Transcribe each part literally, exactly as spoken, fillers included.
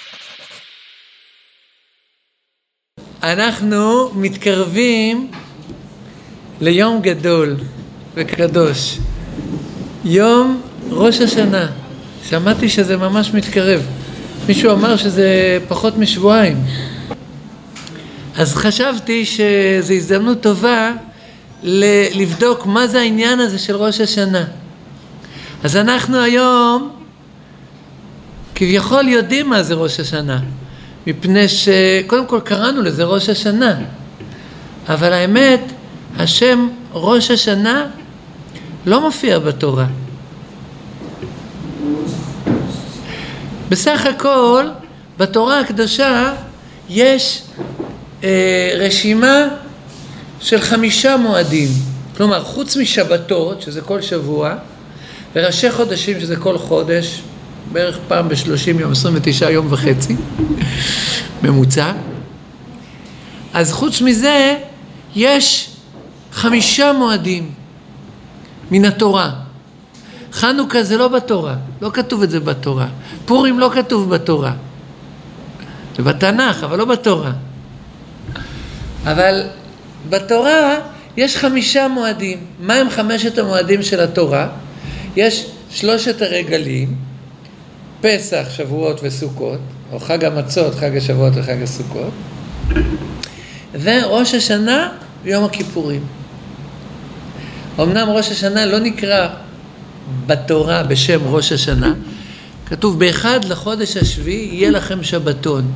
אנחנו מתקרבים ליום גדול וקדוש, יום ראש השנה. שמעתי שזה ממש מתקרב. מישהו אמר שזה פחות משבועיים. אז חשבתי שזו הזדמנות טובה לבדוק מה זה העניין הזה של ראש השנה. אז אנחנו היום כביכול יודעים מה זה ראש השנה, מפני שקודם כל קראנו לזה ראש השנה, אבל האמת, השם ראש השנה לא מופיע בתורה. בסך הכל בתורה הקדושה יש אה, רשימה של חמישה מועדים, כלומר חוץ משבתות שזה כל שבוע, וראשי חודשים שזה כל חודש, בערך פעם בשלושים יום, עשרים ותשעה יום וחצי ממוצע. אז חוץ מזה יש חמישה מועדים מן התורה. חנוכה זה לא בתורה, לא כתוב את זה בתורה. פורים לא כתוב בתורה, זה בתנ"ך אבל לא בתורה. אבל בתורה יש חמישה מועדים. מה הם חמשת המועדים של התורה? יש שלושת הרגלים, פסח, שבועות וסוכות, או חג המצות, חג השבועות וחג הסוכות, וראש השנה ויום הכיפורים. אמנם ראש השנה לא נקרא בתורה בשם ראש השנה, כתוב באחד לחודש השביעי יהיה לכם שבתון.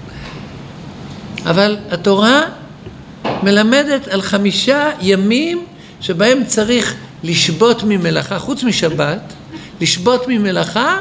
אבל התורה מלמדת על חמישה ימים שבהם צריך לשבות ממלאכה, חוץ משבת, לשבות ממלאכה,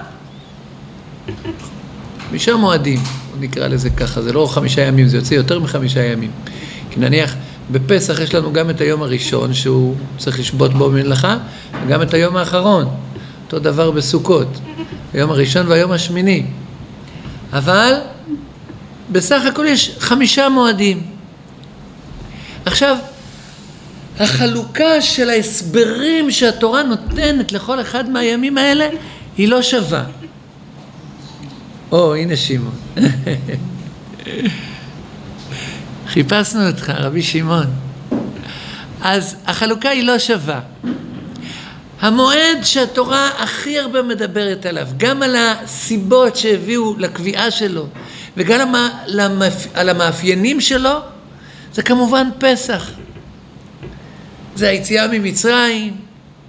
חמישה מועדים, נקרא לזה ככה, זה לא חמישה ימים, זה יוצא יותר מחמישה ימים. כי נניח בפסח יש לנו גם את היום הראשון שהוא צריך לשבות בו ממלאכה, וגם את היום האחרון, אותו דבר בסוכות, היום הראשון והיום השמיני. אבל בסך הכל יש חמישה מועדים. עכשיו, החלוקה של ההסברים שהתורה נותנת לכל אחד מהימים האלה היא לא שווה. או, הנה שמעון. חיפשנו אותך, רבי שמעון. אז החלוקה היא לא שווה. המועד שהתורה הכי הרבה מדברת עליו, גם על הסיבות שהביאו לקביעה שלו, וגם על המאפיינים שלו, זה כמובן פסח. זה היציאה ממצרים,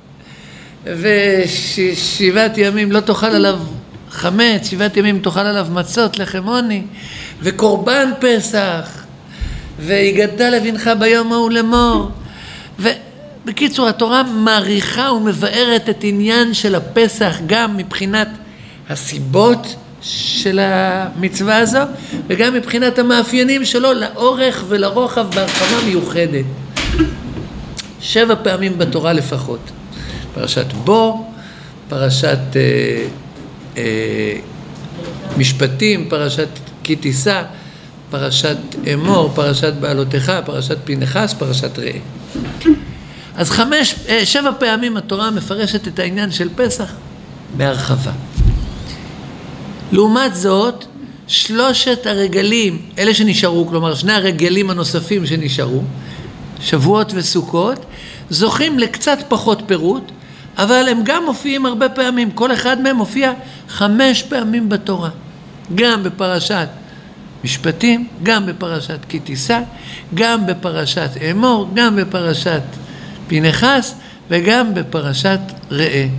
ושבעת ימים לא תאכל עליו חמץ, שבעת ימים תאכל עליו מצות, לחם עוני, וקורבן פסח, והגדת לבנך ביום ההוא לאמור. ובקיצור, התורה מעריכה ומבארת את עניין של הפסח גם מבחינת הסיבות של המצווה הזו, וגם מבחינת המאפיינים שלו לאורך ולרוחב בהרחבה מיוחדת. שבע פעמים בתורה לפחות. פרשת בו, פרשת אה, אה, משפטים, פרשת כי תישא, פרשת אמור, פרשת בעלותך, פרשת פנחס, פרשת ראה. אז חמש, אה, שבע פעמים התורה מפרשת את העניין של פסח בהרחבה. לעומת זאת, שלושת הרגלים, אלה שנשארו, כלומר שני הרגלים הנוספים שנשארו, שבועות וסוכות, זוכים לקצת פחות פירוט, אבל הם גם מופיעים הרבה פעמים. כל אחד מהם מופיע חמש פעמים בתורה. גם בפרשת משפטים, גם בפרשת כי תישא, גם בפרשת אמור, גם בפרשת פנחס, וגם בפרשת ראה.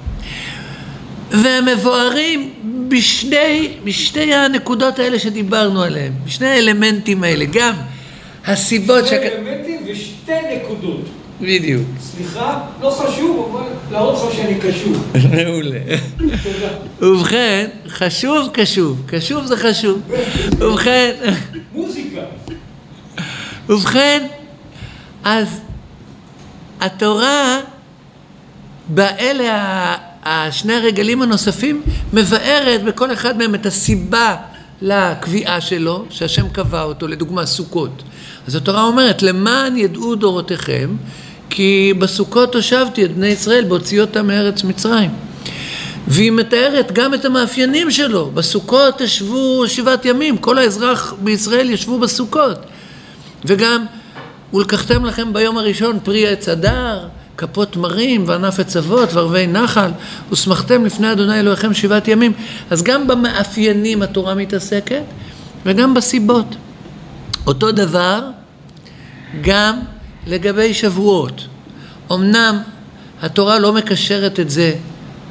והם מבוארים בשני, בשתי הנקודות האלה שדיברנו עליהם, בשני האלמנטים האלה, גם הסיבות... שני אלמנטים ושתי נקודות. בדיוק. סליחה, לא חשוב, אבל להראות לך שאני קשוב. מעולה. ובכן, חשוב, קשוב. קשוב זה חשוב. ובכן... מוזיקה. ובכן, אז התורה, באלה השני הרגלים הנוספים, מבארת בכל אחד מהם את הסיבה לקביעה שלו, שהשם קבע אותו, לדוגמה סוכות. אז התורה אומרת, למען ידעו דורותיכם, כי בסוכות הושבתי את בני ישראל, בהוציא אותם מארץ מצרים. והיא מתארת גם את המאפיינים שלו. בסוכות ישבו שבעת ימים, כל האזרח בישראל ישבו בסוכות. וגם, ולקחתם לכם ביום הראשון פרי עץ הדר, כפות מרים וענף עצבות וערבי נחל, ושמחתם לפני אדוני אלוהיכם שבעת ימים. אז גם במאפיינים התורה מתעסקת, וגם בסיבות. אותו דבר גם לגבי שבועות. אמנם התורה לא מקשרת את זה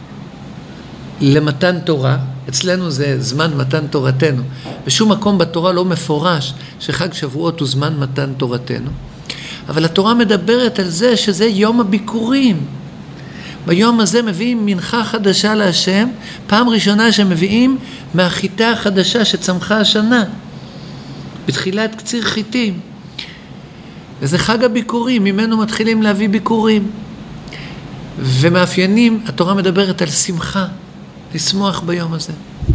למתן תורה, אצלנו זה זמן מתן תורתנו. בשום מקום בתורה לא מפורש שחג שבועות הוא זמן מתן תורתנו. אבל התורה מדברת על זה שזה יום הביקורים. ביום הזה מביאים מנחה חדשה להשם, פעם ראשונה שמביאים מהחיטה החדשה שצמחה השנה, בתחילת קציר חיטים. וזה חג הביקורים, ממנו מתחילים להביא ביקורים. ומאפיינים, התורה מדברת על שמחה, לשמוח ביום הזה.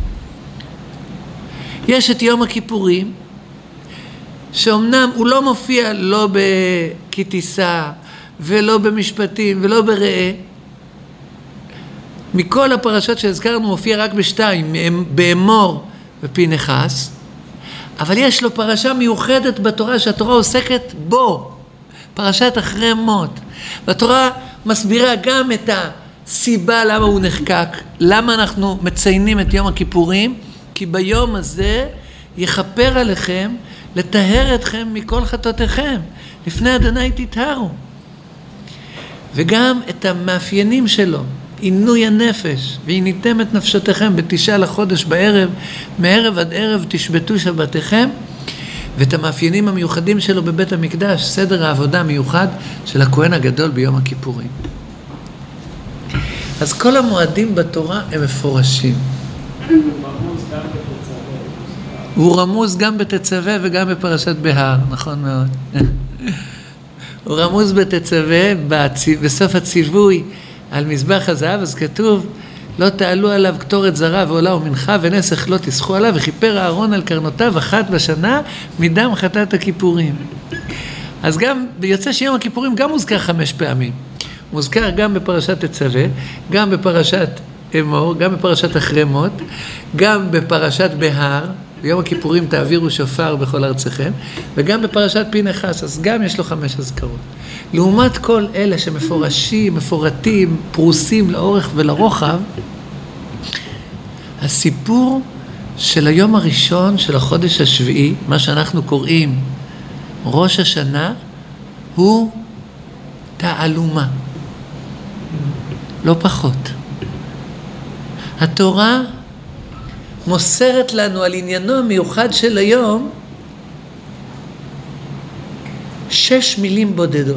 יש את יום הכיפורים, שאומנם הוא לא מופיע לא בכתיסה, ולא במשפטים, ולא בראה. מכל הפרשות שהזכרנו מופיע רק בשתיים, באמור ופנחס, אבל יש לו פרשה מיוחדת בתורה שהתורה עוסקת בו, פרשת אחרי מות. והתורה מסבירה גם את הסיבה למה הוא נחקק, למה אנחנו מציינים את יום הכיפורים, כי ביום הזה יכפר עליכם, לטהר אתכם מכל חטאותיכם, לפני אדוני תטהרו. וגם את המאפיינים שלו, עינוי הנפש, ועיניתם את נפשותיכם בתשעה לחודש בערב, מערב עד ערב תשבתו שבתיכם, ואת המאפיינים המיוחדים שלו בבית המקדש, סדר העבודה המיוחד של הכהן הגדול ביום הכיפורים. אז כל המועדים בתורה הם מפורשים. הוא רמוז גם בתצווה וגם בפרשת בהר, נכון מאוד. הוא רמוז בתצווה, בסוף הציווי על מזבח הזהב, אז כתוב, לא תעלו עליו קטורת זרה ועולה ומנחה ונסך לא תסחו עליו, וכיפר הארון על קרנותיו אחת בשנה מדם חטאת הכיפורים. אז גם ביוצא שיום הכיפורים גם מוזכר חמש פעמים. מוזכר גם בפרשת תצווה, גם בפרשת אמור, גם בפרשת אחרי מות, גם בפרשת בהר, ביום הכיפורים תעבירו שופר בכל ארציכם, וגם בפרשת פנחס, אז גם יש לו חמש הזכרות. לעומת כל אלה שמפורשים, מפורטים, פרוסים לאורך ולרוחב, הסיפור של היום הראשון של החודש השביעי, מה שאנחנו קוראים ראש השנה, הוא תעלומה, לא פחות. התורה מוסרת לנו על עניינו המיוחד של היום שש מילים בודדות.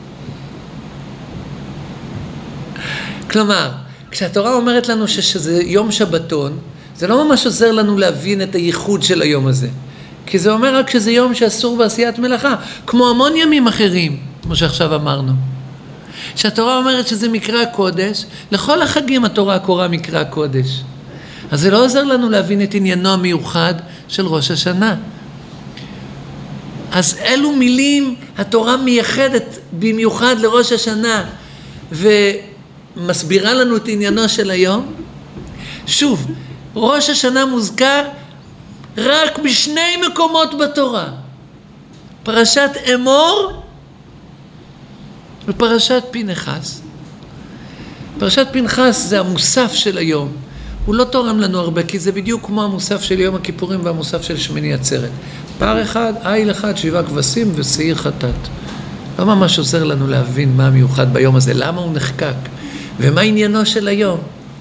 כלומר, כשהתורה אומרת לנו שזה יום שבתון, זה לא ממש עוזר לנו להבין את הייחוד של היום הזה. כי זה אומר רק שזה יום שאסור בעשיית מלאכה, כמו המון ימים אחרים, כמו שעכשיו אמרנו. כשהתורה אומרת שזה מקרא קודש, לכל החגים התורה קוראה מקרא קודש. אז זה לא עוזר לנו להבין את עניינו המיוחד של ראש השנה. אז אלו מילים התורה מייחדת במיוחד לראש השנה, ומסבירה לנו את עניינו של היום. שוב, ראש השנה מוזכר רק בשני מקומות בתורה. פרשת אמור ופרשת פנחס. פרשת פנחס זה המוסף של היום. הוא לא תורם לנו הרבה, כי זה בדיוק כמו המוסף של יום הכיפורים והמוסף של שמיני עצרת. פר אחד, איל אחד, שבעה כבשים ושעיר חטאת. לא ממש עוזר לנו להבין מה המיוחד ביום הזה, למה הוא נחקק, ומה עניינו של היום.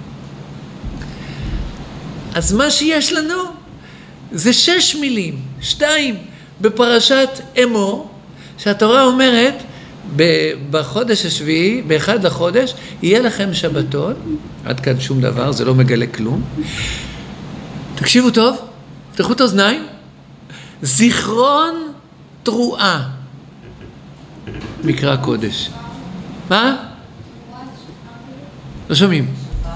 אז מה שיש לנו זה שש מילים, שתיים בפרשת אמור, שהתורה אומרת, בחודש השביעי, באחד לחודש, יהיה לכם שבתון, עד כאן שום דבר, זה לא מגלה כלום. תקשיבו טוב, תפתחו את האוזניים, זיכרון תרועה, מקרא קודש. מה? לא שומעים.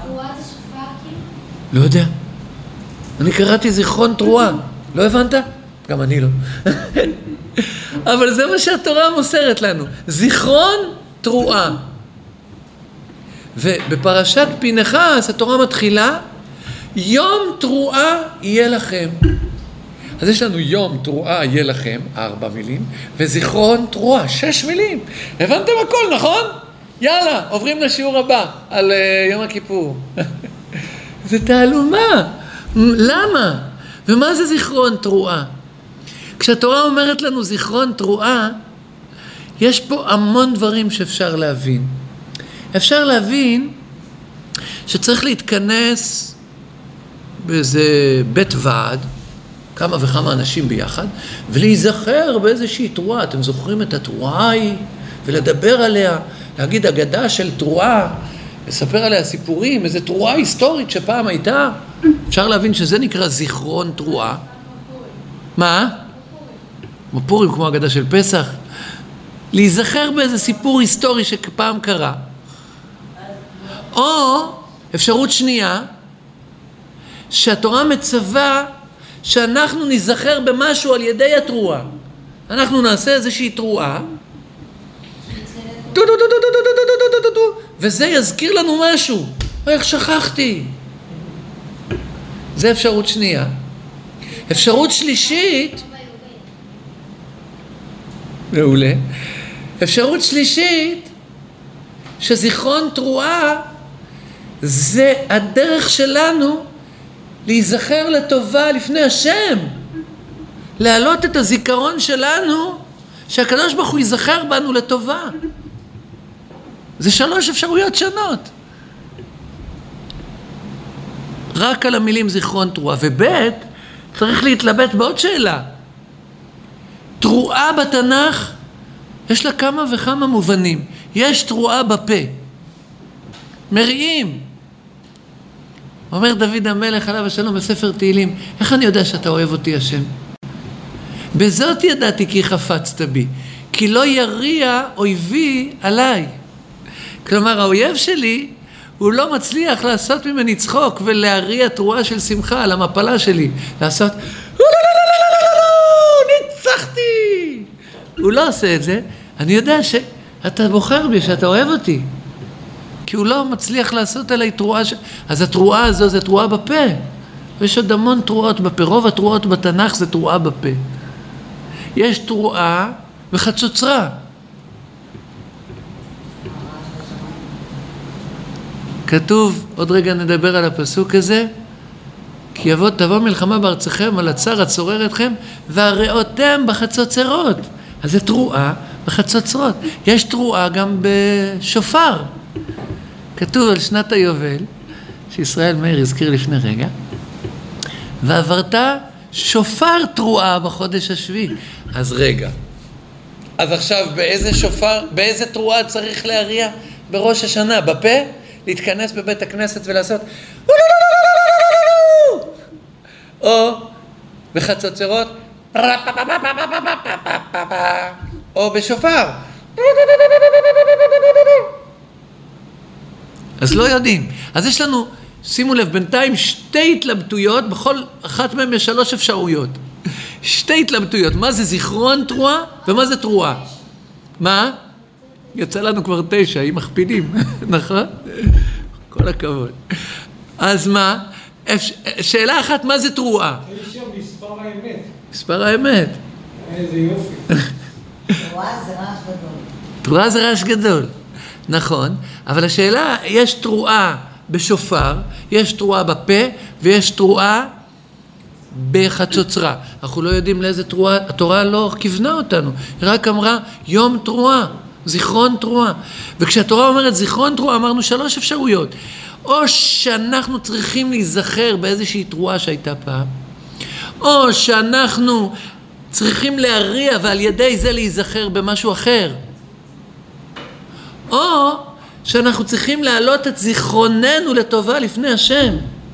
לא יודע. אני קראתי זיכרון תרועה, לא הבנת? גם אני לא. אבל זה מה שהתורה מוסרת לנו, זיכרון תרועה. ובפרשת פנחס התורה מתחילה, יום תרועה יהיה לכם. אז יש לנו יום תרועה יהיה לכם, ארבע מילים, וזיכרון תרועה, שש מילים. הבנתם הכל, נכון? יאללה, עוברים לשיעור הבא על uh, יום הכיפור. זה תעלומה. למה? ומה זה זיכרון תרועה? כשהתורה אומרת לנו זיכרון תרועה, יש פה המון דברים שאפשר להבין. אפשר להבין שצריך להתכנס באיזה בית ועד, כמה וכמה אנשים ביחד, ולהיזכר באיזושהי תרועה. אתם זוכרים את התרועה ההיא? ולדבר עליה, להגיד אגדה של תרועה, לספר עליה סיפורים, איזו תרועה היסטורית שפעם הייתה. אפשר להבין שזה נקרא זיכרון תרועה. מה? מפורים, כמו אגדה של פסח. להיזכר באיזה סיפור היסטורי שפעם קרה. או אפשרות שנייה, שהתורה מצווה שאנחנו ניזכר במשהו על ידי התרועה. אנחנו נעשה איזושהי תרועה, וזה יזכיר לנו משהו. איך שכחתי? זה אפשרות שנייה. אפשרות שלישית, מעולה. אפשרות שלישית, שזיכרון תרועה זה הדרך שלנו להיזכר לטובה לפני השם, להעלות את הזיכרון שלנו שהקדוש ברוך הוא ייזכר בנו לטובה. זה שלוש אפשרויות שונות, רק על המילים זיכרון תרועה. ובית צריך להתלבט בעוד שאלה. תרועה בתנ"ך יש לה כמה וכמה מובנים. יש תרועה בפה, מריעים. אומר דוד המלך עליו השלום בספר תהילים, איך אני יודע שאתה אוהב אותי השם? בזאת ידעתי כי חפצת בי, כי לא יריע אויבי עליי. כלומר, האויב שלי, הוא לא מצליח לעשות ממני צחוק ולהריע תרועה של שמחה על המפלה שלי. לעשות, ניצחתי! הוא לא עושה את זה. אני יודע שאתה בוחר בי, שאתה אוהב אותי. כי הוא לא מצליח לעשות עליי תרועה. ש... אז התרועה הזו זה תרועה בפה. יש עוד המון תרועות בפה. רוב התרועות בתנ"ך זה תרועה בפה. יש תרועה וחצוצרה. כתוב, עוד רגע נדבר על הפסוק הזה, כי יבוא תבוא מלחמה בארצכם על הצר הצורר אתכם והראותם בחצוצרות. אז זה תרועה וחצוצרות. יש תרועה גם בשופר. כתוב על שנת היובל, שישראל מאיר הזכיר לפני רגע, ועברת שופר תרועה בחודש השביעי. אז רגע, אז עכשיו באיזה שופר, באיזה תרועה צריך להריע? בראש השנה, בפה? להתכנס בבית הכנסת ולעשות או בחצוצרות או בשופר. אז לא יודעים. אז יש לנו, שימו לב, בינתיים שתי התלבטויות, בכל אחת מהן יש שלוש אפשרויות. שתי התלבטויות, מה זה זיכרון תרועה ומה זה תרועה? מה? יצא לנו כבר תשע, אם מכפילים, נכון? כל הכבוד. אז מה? שאלה אחת, מה זה תרועה? יש שם מספר האמת. מספר האמת. איזה יופי. תרועה זה רעש גדול. תרועה זה רעש גדול, נכון. אבל השאלה, יש תרועה בשופר, יש תרועה בפה, ויש תרועה בחצוצרה. אנחנו לא יודעים לאיזה תרועה, התורה לא כיוונה אותנו. היא רק אמרה, יום תרועה. זיכרון תרועה. וכשהתורה אומרת זיכרון תרועה, אמרנו שלוש אפשרויות. או שאנחנו צריכים להיזכר באיזושהי תרועה שהייתה פעם, או שאנחנו צריכים להריע ועל ידי זה להיזכר במשהו אחר, או שאנחנו צריכים להעלות את זיכרוננו לטובה לפני השם.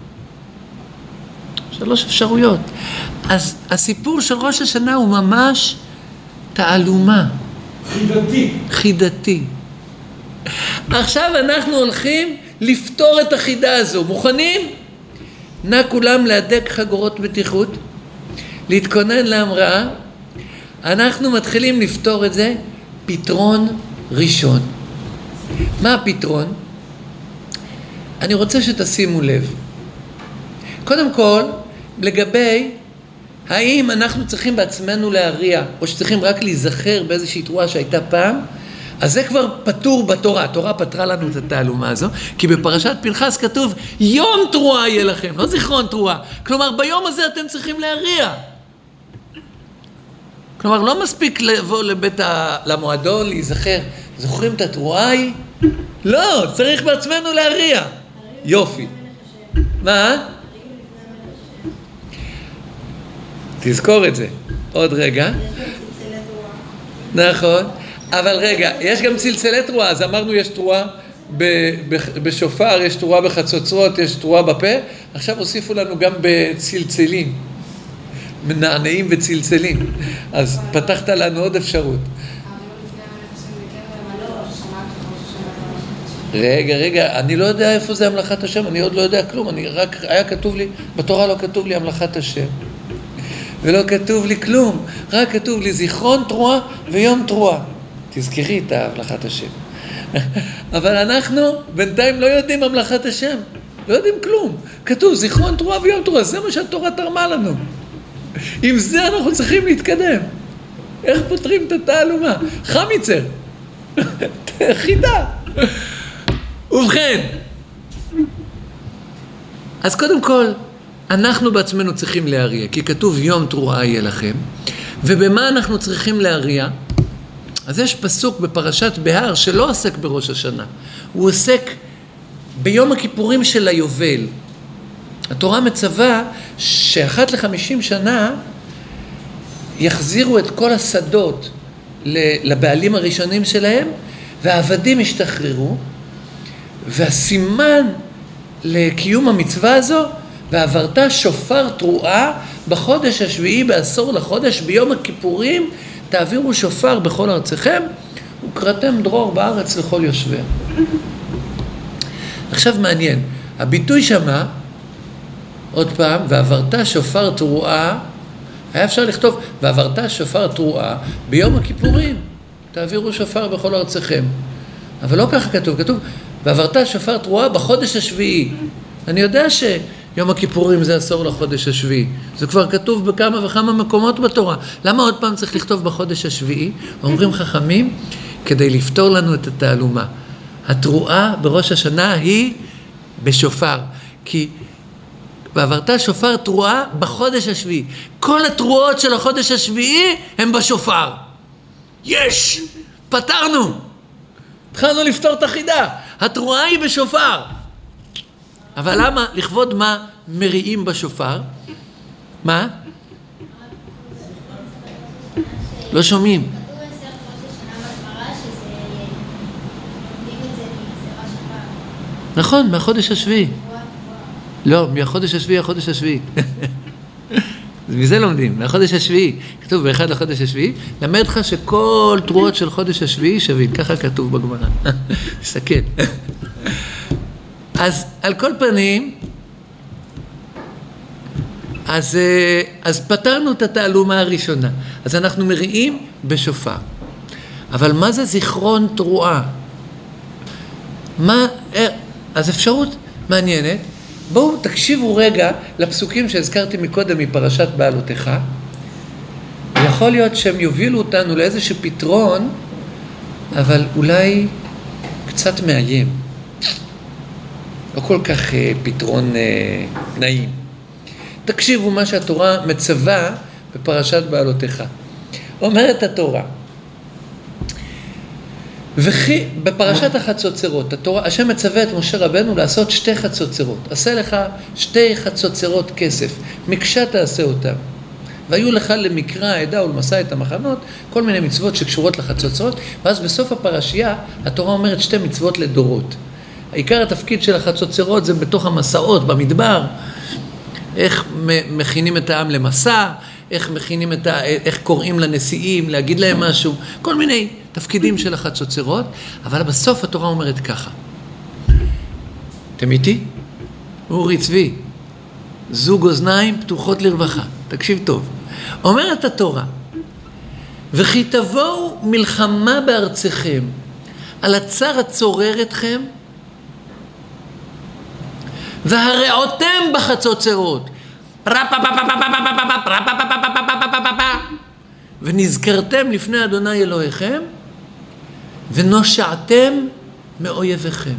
שלוש אפשרויות. אז הסיפור של ראש השנה הוא ממש תעלומה. חידתי. חידתי. עכשיו אנחנו הולכים לפתור את החידה הזו. מוכנים? נא כולם להדק חגורות בטיחות, להתכונן להמראה. אנחנו מתחילים לפתור את זה. פתרון ראשון. מה הפתרון? אני רוצה שתשימו לב. קודם כל, לגבי האם אנחנו צריכים בעצמנו להריע, או שצריכים רק להיזכר באיזושהי תרועה שהייתה פעם, אז זה כבר פתור בתורה. התורה פתרה לנו את התעלומה הזו, כי בפרשת פנחס כתוב, יום תרועה יהיה לכם, לא זיכרון תרועה. כלומר, ביום הזה אתם צריכים להריע. כלומר, לא מספיק לבוא לבית ה... למועדון, להיזכר. זוכרים את התרועה היא? לא, צריך בעצמנו להריע. יופי. מה? תזכור את זה. עוד רגע. נכון. אבל רגע, יש גם צלצלי תרועה. אז אמרנו יש תרועה בשופר, יש תרועה בחצוצרות, יש תרועה בפה. עכשיו הוסיפו לנו גם בצלצלים. מנענעים וצלצלים. אז פתחת לנו עוד אפשרות. רגע, רגע, אני לא יודע איפה זה המלאכת השם, אני עוד לא יודע כלום, אני רק, היה כתוב לי, בתורה לא כתוב לי המלאכת השם. ולא כתוב לי כלום, רק כתוב לי זיכרון תרועה ויום תרועה. תזכרי את המלאכת השם. אבל אנחנו בינתיים לא יודעים המלאכת השם, לא יודעים כלום. כתוב זיכרון תרועה ויום תרועה, זה מה שהתורה תרמה לנו. עם זה אנחנו צריכים להתקדם. איך פותרים את התעלומה? חמיצר. חידה. ובכן, אז קודם כל, אנחנו בעצמנו צריכים להריע, כי כתוב יום תרועה יהיה לכם, ובמה אנחנו צריכים להריע? אז יש פסוק בפרשת בהר שלא עוסק בראש השנה, הוא עוסק ביום הכיפורים של היובל. התורה מצווה שאחת לחמישים שנה יחזירו את כל השדות לבעלים הראשונים שלהם, והעבדים ישתחררו, והסימן לקיום המצווה הזו, ועברת שופר תרועה בחודש השביעי בעשור לחודש, ביום הכיפורים תעבירו שופר בכל ארציכם, וקראתם דרור בארץ לכל יושביה. עכשיו מעניין, הביטוי שמה, עוד פעם, ועברת שופר תרועה, היה אפשר לכתוב, ועברת שופר תרועה ביום הכיפורים, תעבירו שופר בכל ארציכם. אבל לא ככה כתוב, כתוב, ועברת שופר תרועה בחודש השביעי. אני יודע שיום הכיפורים זה עשור לחודש השביעי. זה כבר כתוב בכמה וכמה מקומות בתורה. למה עוד פעם צריך לכתוב בחודש השביעי? אומרים חכמים, כדי לפתור לנו את התעלומה. התרועה בראש השנה היא בשופר. כי ועברת שופר תרועה בחודש השביעי. כל התרועות של החודש השביעי הם בשופר. יש! פתרנו! התחלנו לפתור את החידה. התרועה היא בשופר. אבל למה? לכבוד מה מריעים בשופר? מה? לא שומעים. נכון, מהחודש השביעי. לא, מהחודש השביעי, החודש השביעי. מזה לומדים, מהחודש השביעי. כתוב באחד לחודש השביעי, למד לך שכל תרועות של חודש השביעי שווים. ככה כתוב בגמרא. תסתכל. אז על כל פנים, אז, אז פתרנו את התעלומה הראשונה. אז אנחנו מריעים בשופר. אבל מה זה זיכרון תרועה? מה, אז אפשרות מעניינת. בואו תקשיבו רגע לפסוקים שהזכרתי מקודם מפרשת בעלותך. יכול להיות שהם יובילו אותנו לאיזשהו פתרון, אבל אולי קצת מאיים. לא כל כך uh, פתרון uh, נעים. תקשיבו מה שהתורה מצווה בפרשת בעלותך. אומרת התורה, וכי בפרשת החצוצרות, התורה, השם מצווה את משה רבנו לעשות שתי חצוצרות. עשה לך שתי חצוצרות כסף, מקשה תעשה אותם. והיו לך למקרא העדה ולמסע את המחנות, כל מיני מצוות שקשורות לחצוצרות, ואז בסוף הפרשייה התורה אומרת שתי מצוות לדורות. העיקר התפקיד של החצוצרות זה בתוך המסעות, במדבר, איך מכינים את העם למסע, איך מכינים את ה... איך קוראים לנשיאים, להגיד להם משהו, כל מיני תפקידים של החצוצרות, אבל בסוף התורה אומרת ככה. אתם איתי? אורי צבי, זוג אוזניים פתוחות לרווחה, תקשיב טוב. אומרת התורה, וכי תבואו מלחמה בארציכם, על הצר הצורר אתכם, והרעותם בחצוצרות, ונזכרתם לפני אדוני אלוהיכם, ונושעתם מאויביכם.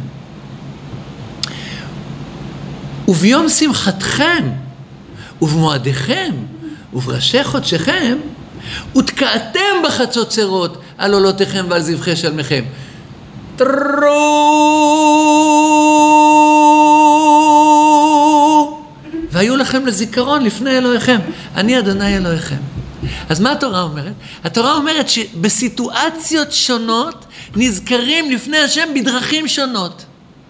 וביום שמחתכם, ובמועדיכם, ובראשי חודשיכם, ותקעתם בחצוצרות על עולותיכם ועל זבחי שלמיכם. תרו! והיו לכם לזיכרון לפני אלוהיכם. אני אדוני אלוהיכם. אז מה התורה אומרת? התורה אומרת שבסיטואציות שונות נזכרים לפני השם בדרכים שונות.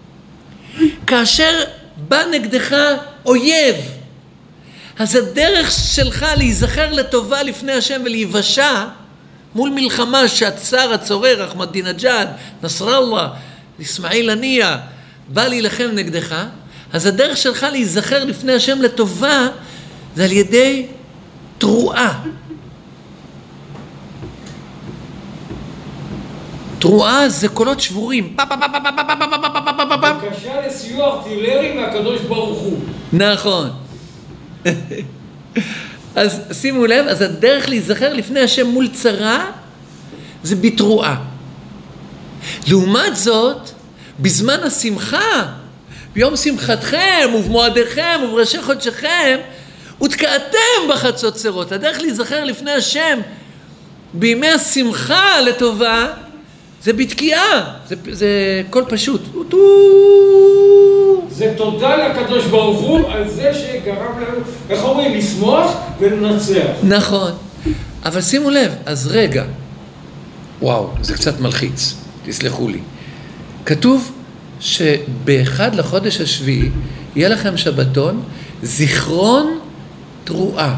כאשר בא נגדך אויב, אז הדרך שלך להיזכר לטובה לפני השם ולהיוושע מול מלחמה שהצר הצורר, אחמדינג'אד, נסראללה, אסמאעיל הנייה, בא להילחם נגדך, אז הדרך שלך להיזכר לפני השם לטובה זה על ידי תרועה. תרועה זה קולות שבורים. בבקשה לסיוע ארטילרי מהקדוש ברוך הוא. נכון. אז שימו לב, אז הדרך להיזכר לפני השם מול צרה זה בתרועה. לעומת זאת, בזמן השמחה, ביום שמחתכם ובמועדיכם ובראשי חודשיכם, ותקעתם בחצוצרות. הדרך להיזכר לפני השם בימי השמחה לטובה זה בתקיעה, זה, זה כל פשוט. זה תודה לקדוש ברוך הוא על זה שגרם לנו, איך אומרים, לשמוח ולנצח. נכון, אבל שימו לב, אז רגע, וואו, זה קצת מלחיץ, תסלחו לי. כתוב שבאחד לחודש השביעי יהיה לכם שבתון, זיכרון תרועה.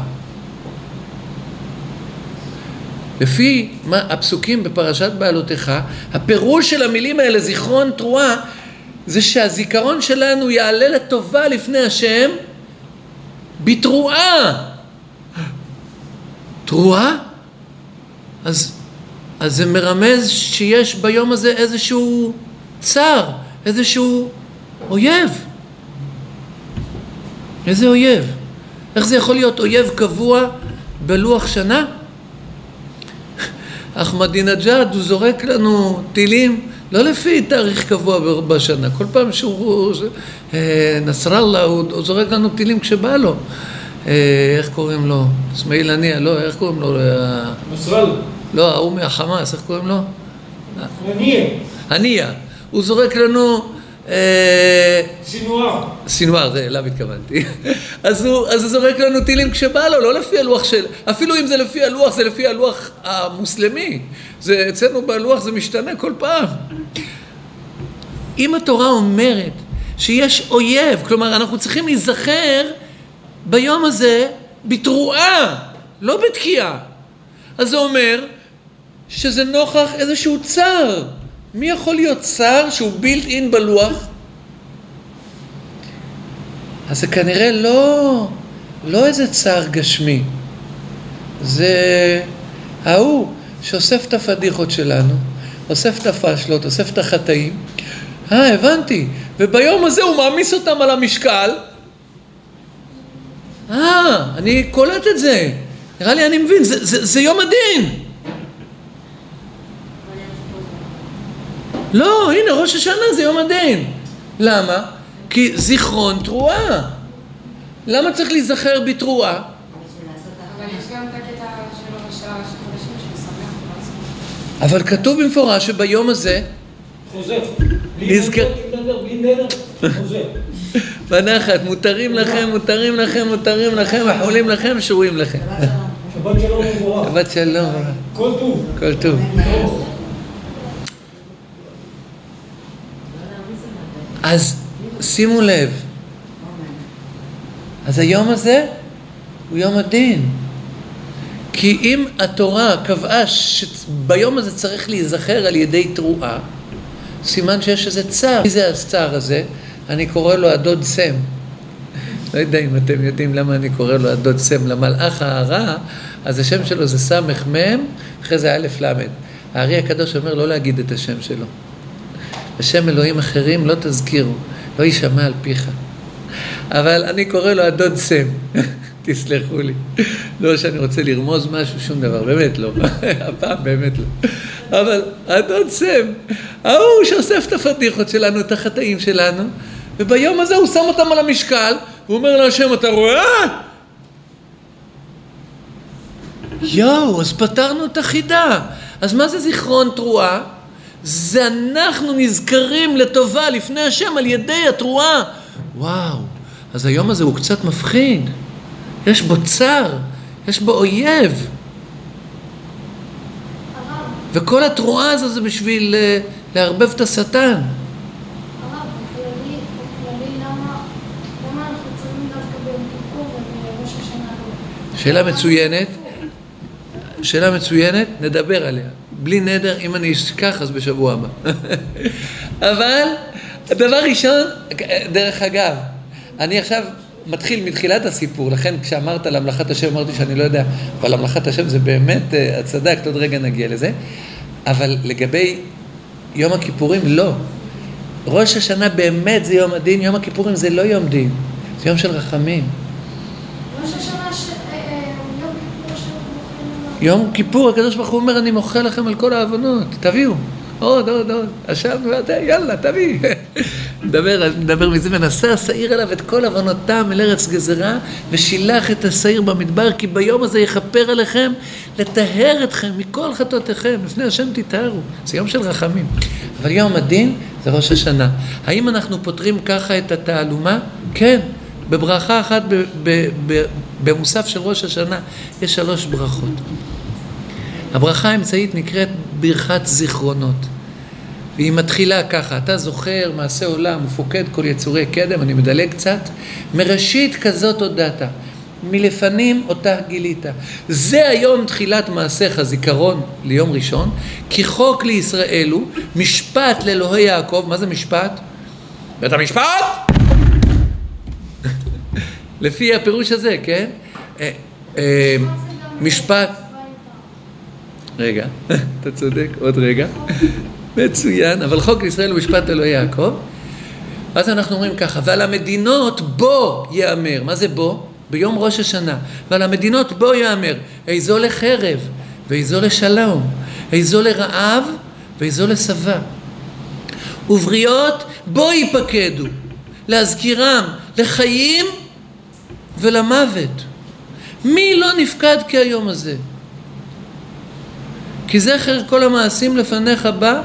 לפי מה, הפסוקים בפרשת בעלותיך, הפירוש של המילים האלה, זיכרון תרועה, זה שהזיכרון שלנו יעלה לטובה לפני השם בתרועה. תרועה? אז, אז זה מרמז שיש ביום הזה איזשהו צר, איזשהו אויב. איזה אויב? איך זה יכול להיות אויב קבוע בלוח שנה? אחמדינג'אד הוא זורק לנו טילים לא לפי תאריך קבוע בשנה, כל פעם שהוא נסראללה הוא זורק לנו טילים כשבא לו. איך קוראים לו? אסמאעיל הנייה, לא, איך קוראים לו? נסראללה. לא, הוא מהחמאס, איך קוראים לו? הנייה. הנייה. הוא זורק לנו סינואר. סינואר, זה אליו התכוונתי. אז הוא, אז הוא זורק לנו טילים כשבא לו, לא לפי הלוח של, אפילו אם זה לפי הלוח, זה לפי הלוח המוסלמי. זה, אצלנו בלוח זה משתנה כל פעם. אם התורה אומרת שיש אויב, כלומר אנחנו צריכים להיזכר ביום הזה בתרועה, לא בתקיעה. אז זה אומר שזה נוכח איזשהו צר. מי יכול להיות צר שהוא בילט אין בלוח? אז זה כנראה לא, לא איזה צר גשמי. זה ההוא שאוסף את הפדיחות שלנו, אוסף את הפשלות, אוסף את החטאים. אה, הבנתי. וביום הזה הוא מעמיס אותם על המשקל. אה, אני קולט את זה. נראה לי אני מבין, זה, זה, זה יום הדין. לא, הנה, ראש השנה זה יום הדין. למה? כי זיכרון תרועה. למה צריך להיזכר בתרועה? אבל יש גם את הקטע של ראש החודשים שהוא שמח. אבל כתוב במפורש שביום הזה חוזר. נזכר. בלי נדר, חוזר. בנחת, מותרים לכם, מותרים לכם, מותרים לכם, החולים לכם, שרויים לכם. שבת שלום וברך. שבת שלום. כל טוב. כל טוב. אז שימו לב, אז היום הזה הוא יום הדין. כי אם התורה קבעה שביום הזה צריך להיזכר על ידי תרועה, סימן שיש איזה צער. מי זה הצער הזה? אני קורא לו הדוד סם. לא יודע אם אתם יודעים למה אני קורא לו הדוד סם. למלאך הרע, אז השם שלו זה סמך מם, אחרי זה א' למד. הארי הקדוש אומר לא להגיד את השם שלו. השם אלוהים אחרים לא תזכירו, לא יישמע על פיך. אבל אני קורא לו הדוד סם. תסלחו לי. לא שאני רוצה לרמוז משהו, שום דבר, באמת לא. הפעם באמת לא. אבל הדוד סם, ההוא שאוסף את הפדיחות שלנו, את החטאים שלנו, וביום הזה הוא שם אותם על המשקל, והוא אומר להשם, אתה רואה? יואו, אז פתרנו את החידה. אז מה זה זיכרון תרועה? זה אנחנו נזכרים לטובה לפני השם על ידי התרועה. וואו, אז היום הזה הוא קצת מפחיד. יש בו צר, יש בו אויב. וכל התרועה הזו זה בשביל להרבב את השטן. הרב, בכללי, בכללי, למה, למה אנחנו צריכים דווקא ביום כיפור ובראש השנה לא? שאלה מצוינת. שאלה מצוינת, נדבר עליה. בלי נדר, אם אני אשכח, אז בשבוע הבא. אבל, הדבר ראשון, דרך אגב, אני עכשיו מתחיל מתחילת הסיפור, לכן כשאמרת להמלכת השם, אמרתי שאני לא יודע, אבל להמלכת השם זה באמת הצדק, עוד רגע נגיע לזה, אבל לגבי יום הכיפורים, לא. ראש השנה באמת זה יום הדין, יום הכיפורים זה לא יום דין, זה יום של רחמים. ראש השנה ש... יום כיפור שאנחנו יום כיפור, הקדוש ברוך הוא אומר, אני מוחה לכם על כל העוונות, תביאו, עוד, עוד, עוד, עכשיו, יאללה, תביא. מדבר, מדבר מזה, ונשא השעיר עליו את כל עוונותם אל ארץ גזרה, ושילח את השעיר במדבר, כי ביום הזה יכפר עליכם, לטהר אתכם מכל חטאותיכם, לפני השם תטהרו. זה יום של רחמים. אבל יום הדין זה ראש השנה. האם אנחנו פותרים ככה את התעלומה? כן. בברכה אחת, ב, ב, ב, במוסף של ראש השנה, יש שלוש ברכות. הברכה האמצעית נקראת ברכת זיכרונות. והיא מתחילה ככה, אתה זוכר מעשה עולם ופוקד כל יצורי קדם, אני מדלג קצת, מראשית כזאת הודעת, מלפנים אותה גילית. זה היום תחילת מעשיך, זיכרון ליום ראשון, כי חוק לישראל הוא, משפט לאלוהי יעקב. מה זה משפט? בית המשפט? לפי הפירוש הזה, כן? משפט. רגע, אתה צודק, עוד רגע. מצוין, אבל חוק לישראל הוא משפט אלוהי יעקב. אז אנחנו אומרים ככה, ועל המדינות בו יאמר. מה זה בו? ביום ראש השנה. ועל המדינות בו יאמר, איזו לחרב ואיזו לשלום, איזו לרעב ואיזו לשבע. ובריות בו ייפקדו, להזכירם לחיים ולמוות. מי לא נפקד כהיום הזה? כי זכר כל המעשים לפניך בא,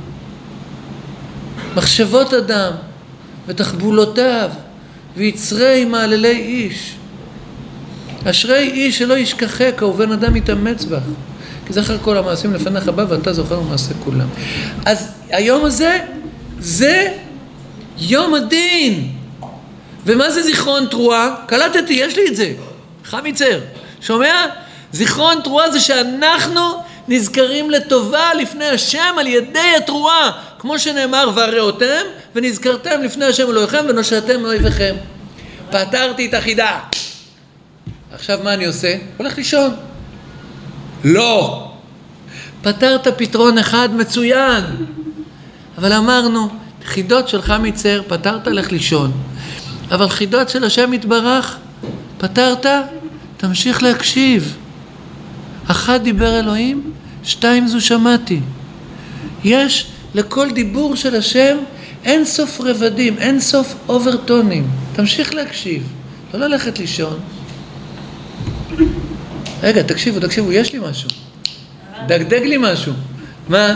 מחשבות אדם ותחבולותיו ויצרי מעללי איש. אשרי איש שלא ישכחך ובן אדם יתאמץ בך. כי זכר כל המעשים לפניך בא ואתה זוכר מעשה כולם. אז היום הזה זה יום הדין. ומה זה זיכרון תרועה? קלטתי, יש לי את זה. חמיצר, שומע? זיכרון תרועה זה שאנחנו נזכרים לטובה לפני השם על ידי התרועה, כמו שנאמר, והראותם ונזכרתם לפני השם אלוהיכם ונושעתם מאויביכם. פתרתי את החידה. עכשיו מה אני עושה? הולך לישון. לא. פתרת פתרון אחד מצוין. אבל אמרנו, חידות של חמיצר, פתרת, לך לישון. אבל חידות של השם יתברך, פתרת, תמשיך להקשיב. אחד דיבר אלוהים, שתיים זו שמעתי. יש לכל דיבור של השם אין סוף רבדים, אין סוף אוברטונים. תמשיך להקשיב, לא ללכת לישון. רגע, תקשיבו, תקשיבו, יש לי משהו. דגדג לי משהו. מה?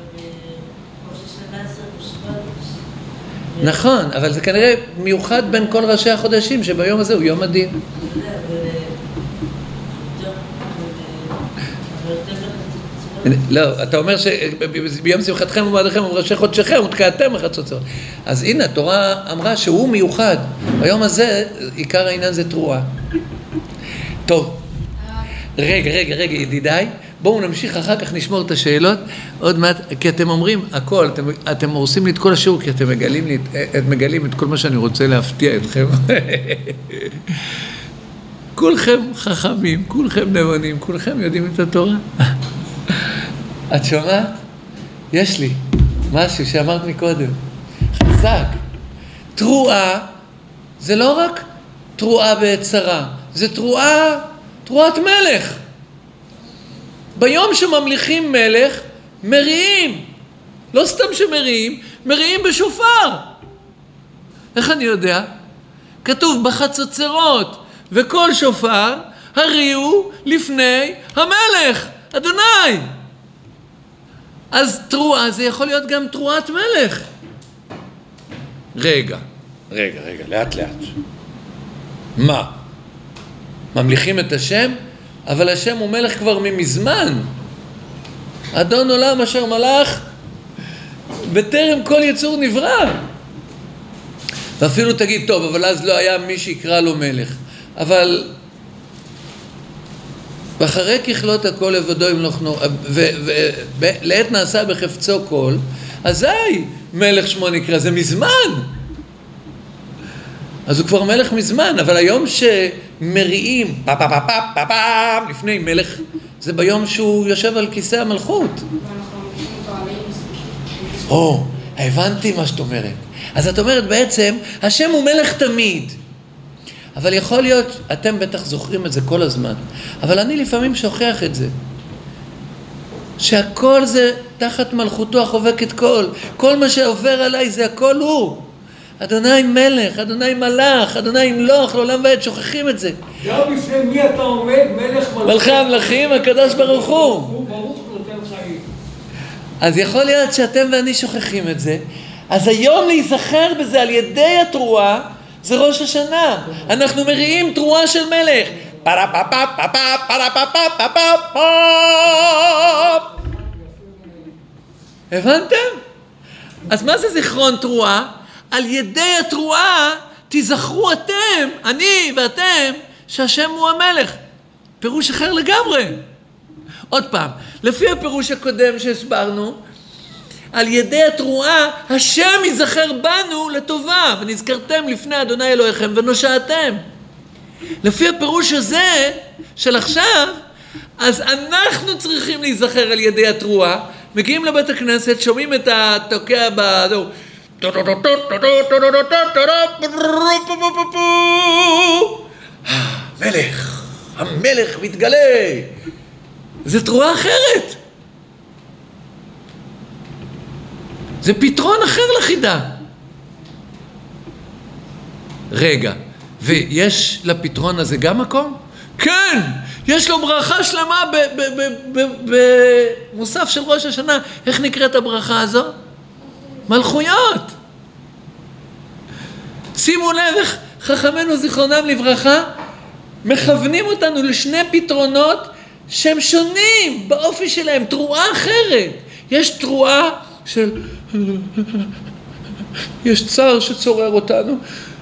נכון, אבל זה כנראה מיוחד בין כל ראשי החודשים, שביום הזה הוא יום הדין. לא, אתה אומר שביום שמחתכם ומועדיכם ובראשי חודשיכם ותקעתם מחצוצות. אז הנה, התורה אמרה שהוא מיוחד. ביום הזה, עיקר העניין זה תרועה. טוב, רגע, רגע, רגע, ידידיי, בואו נמשיך אחר כך נשמור את השאלות עוד מעט, כי אתם אומרים הכל, אתם, אתם הורסים לי את כל השיעור, כי אתם מגלים, לי, אתם מגלים את כל מה שאני רוצה להפתיע אתכם. כולכם חכמים, כולכם נבונים, כולכם יודעים את התורה. את שומעת? יש לי משהו שאמרת מקודם. חזק. תרועה זה לא רק תרועה בצרה, זה תרועה, תרועת מלך. ביום שממליכים מלך, מריעים. לא סתם שמריעים, מריעים בשופר. איך אני יודע? כתוב בחצוצרות, וכל שופר הריעו לפני המלך, אדוני. אז תרועה זה יכול להיות גם תרועת מלך. רגע, רגע, רגע, לאט לאט. מה? ממליכים את השם? אבל השם הוא מלך כבר ממזמן. אדון עולם אשר מלך בטרם כל יצור נברא. ואפילו תגיד, טוב, אבל אז לא היה מי שיקרא לו מלך. אבל ואחרי ככלות הכל לבדו ימלוך נור, ולעת נעשה בחפצו כל, אזי מלך שמו נקרא, זה מזמן. אז הוא כבר מלך מזמן, אבל היום שמריעים, פא פא פא פא פא פא, לפני מלך, זה ביום שהוא יושב על כיסא המלכות. או, הבנתי מה שאת אומרת. אז את אומרת בעצם, השם הוא מלך תמיד. אבל יכול להיות, אתם בטח זוכרים את זה כל הזמן, אבל אני לפעמים שוכח את זה. שהכל זה תחת מלכותו החובקת כל. כל מה שעובר עליי זה הכל הוא. אדוני מלך, אדוני מלך, אדוני ימלוך לעולם ועד, שוכחים את זה. גם בפני מי אתה עומד? מלך מלכות. מלכי המלכים, הקדוש ברוך הוא. הוא ברוך נותן חיים. אז יכול להיות שאתם ואני שוכחים את זה. אז היום להיזכר בזה על ידי התרועה, זה ראש השנה. אנחנו מריעים תרועה של מלך. פרה פה פה פה פה פרה פה פה פה פה פה. הבנתם? אז מה זה זיכרון תרועה? על ידי התרועה תזכרו אתם, אני ואתם, שהשם הוא המלך. פירוש אחר לגמרי. עוד פעם, לפי הפירוש הקודם שהסברנו, על ידי התרועה השם יזכר בנו לטובה, ונזכרתם לפני אדוני אלוהיכם ונושעתם. לפי הפירוש הזה של עכשיו, אז אנחנו צריכים להיזכר על ידי התרועה. מגיעים לבית הכנסת, שומעים את התוקע בזהו, המלך, המלך מתגלה. זה תרועה אחרת. זה פתרון אחר לחידה. רגע, ויש לפתרון הזה גם מקום? כן, יש לו ברכה שלמה במוסף של ראש השנה. איך נקראת הברכה הזו? מלכויות. שימו לב איך חכמינו זיכרונם לברכה מכוונים אותנו לשני פתרונות שהם שונים באופי שלהם, תרועה אחרת. יש תרועה של יש צער שצורר אותנו,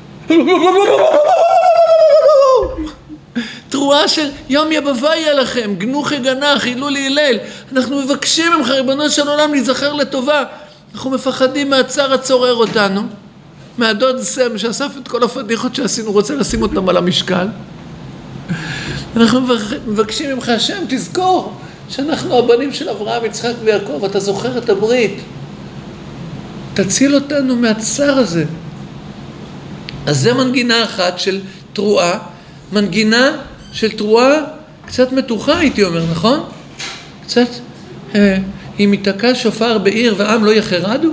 תרועה של יום יבביה לכם, גנוחי גנח, הילולי הלל. אנחנו מבקשים ממך ריבונו של עולם להיזכר לטובה. אנחנו מפחדים מהצער הצורר אותנו, מהדוד סם שאסף את כל הפדיחות שעשינו, רוצה לשים אותם על המשקל. אנחנו מבקשים ממך השם, תזכור שאנחנו הבנים של אברהם, יצחק ויעקב, אתה זוכר את הברית, תציל אותנו מהצער הזה. אז זה מנגינה אחת של תרועה, מנגינה של תרועה קצת מתוחה הייתי אומר, נכון? קצת, אה, אם יתקע שופר בעיר ועם לא יחרדו.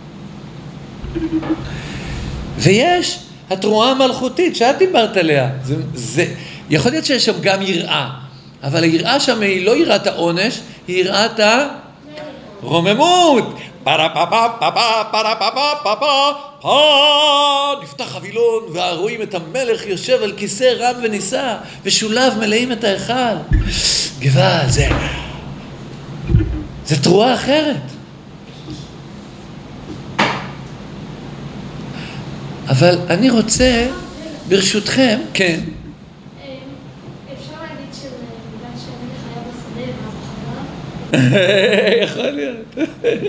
ויש התרועה המלכותית שאת דיברת עליה, זה, זה, יכול להיות שיש שם גם יראה, אבל היראה שם היא לא יראת העונש, היא יראת הרוממות. פרה פה פה פה פה פרה פה פה פה פה פה, נפתח חבילון ורואים את המלך יושב על כיסא רם ונישא ושולב מלאים את ההיכל. גבל, זה זה תרועה אחרת. אבל אני רוצה ברשותכם, כן, אפשר להגיד שזה בגלל שהמלך היה בשדה והחווה? יכול להיות.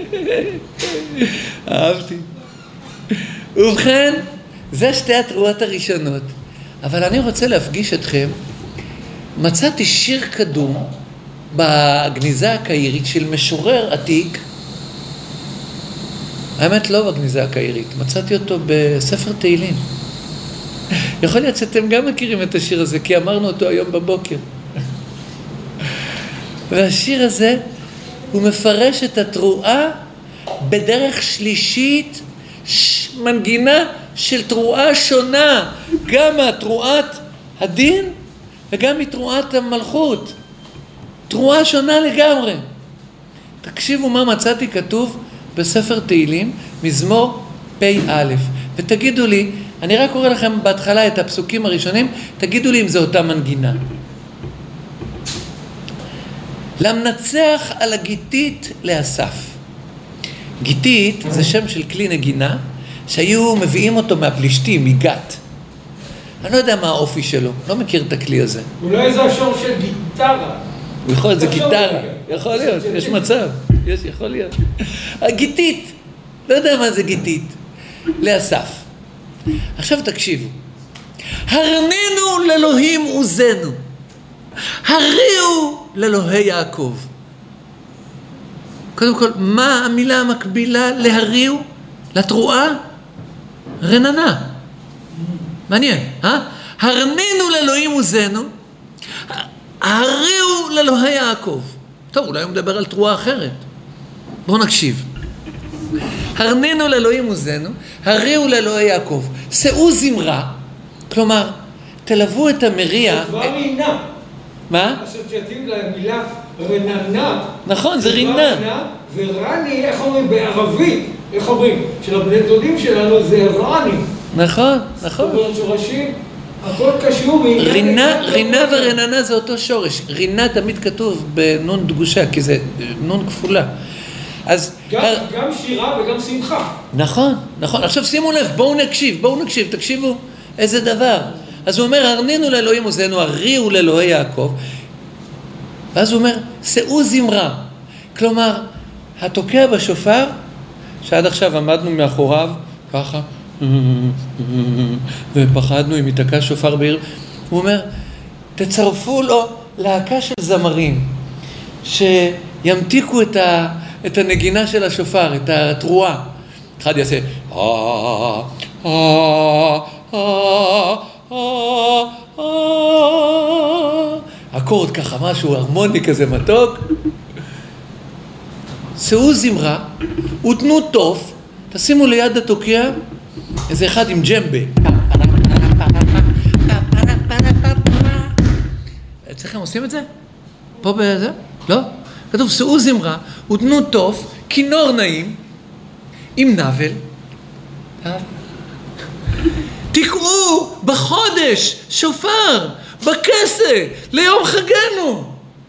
אהבתי. ובכן, זה שתי התרועות הראשונות. אבל אני רוצה להפגיש אתכם, מצאתי שיר קדום בגניזה הקהירית של משורר עתיק. האמת לא בגניזה הקהירית, מצאתי אותו בספר תהילים. יכול להיות שאתם גם מכירים את השיר הזה, כי אמרנו אותו היום בבוקר. והשיר הזה, הוא מפרש את התרועה בדרך שלישית, ש... מנגינה של תרועה שונה, גם מהתרועת הדין וגם מתרועת המלכות. תרועה שונה לגמרי. תקשיבו מה מצאתי כתוב בספר תהילים, מזמור פ"א, ותגידו לי, אני רק קורא לכם בהתחלה את הפסוקים הראשונים, תגידו לי אם זה אותה מנגינה. למנצח על הגיטית לאסף. גיטית זה שם של כלי נגינה שהיו מביאים אותו מהפלישתים, מגת. אני לא יודע מה האופי שלו, לא מכיר את הכלי הזה. אולי זה השור של גיטרה. הוא יכול להיות, זה גיטרה, יכול להיות, יש מצב, יש, יכול להיות. הגיטית, לא יודע מה זה גיטית, לאסף. עכשיו תקשיבו, הרננו לאלוהים עוזנו, הריעו לאלוהי יעקב. קודם כל, מה המילה המקבילה להריעו? לתרועה? רננה. מעניין, אה? הרננו לאלוהים עוזנו, הריעו לאלוהי יעקב. טוב, אולי הוא מדבר על תרועה אחרת. בואו נקשיב. הרננו לאלוהים עוזנו, הריעו לאלוהי יעקב. שאו זמרה, כלומר, תלוו את המריע. זה כבר רינה. מה? אסוציאטיב למילה רננה. נכון, זה רינה. ורני, איך אומרים בערבית? איך אומרים? של הבני דודים שלנו זה רני. נכון, נכון. זאת אומרת שורשים, הכל קשור. רינה, רינה ורננה זה אותו שורש. רינה תמיד כתוב בנון דגושה, כי זה נון כפולה. אז גם, גם שירה וגם שמחה. נכון, נכון. עכשיו שימו לב, בואו נקשיב, בואו נקשיב, תקשיבו איזה דבר. אז הוא אומר, הרנינו לאלוהים עוזנו, הריעו לאלוהי יעקב. ואז הוא אומר, שאו זמרה. כלומר, התוקע בשופר, שעד עכשיו עמדנו מאחוריו, ככה, ופחדנו אם ייתקע שופר בעיר, הוא אומר, תצרפו לו להקה של זמרים, שימתיקו את, ה, את הנגינה של השופר, את התרועה. אחד יעשה, אה, אה, אה, אה, אה, אקורד ככה, משהו הרמוני כזה מתוק. שאו זמרה, ותנו טוף, תשימו ליד התוקע איזה אחד עם ג'מבה. אצלכם עושים את זה? פה בזה? לא? כתוב שאו זמרה, ותנו טוף, כינור נעים, עם נבל. תקעו בחודש שופר, בכסה, ליום חגנו.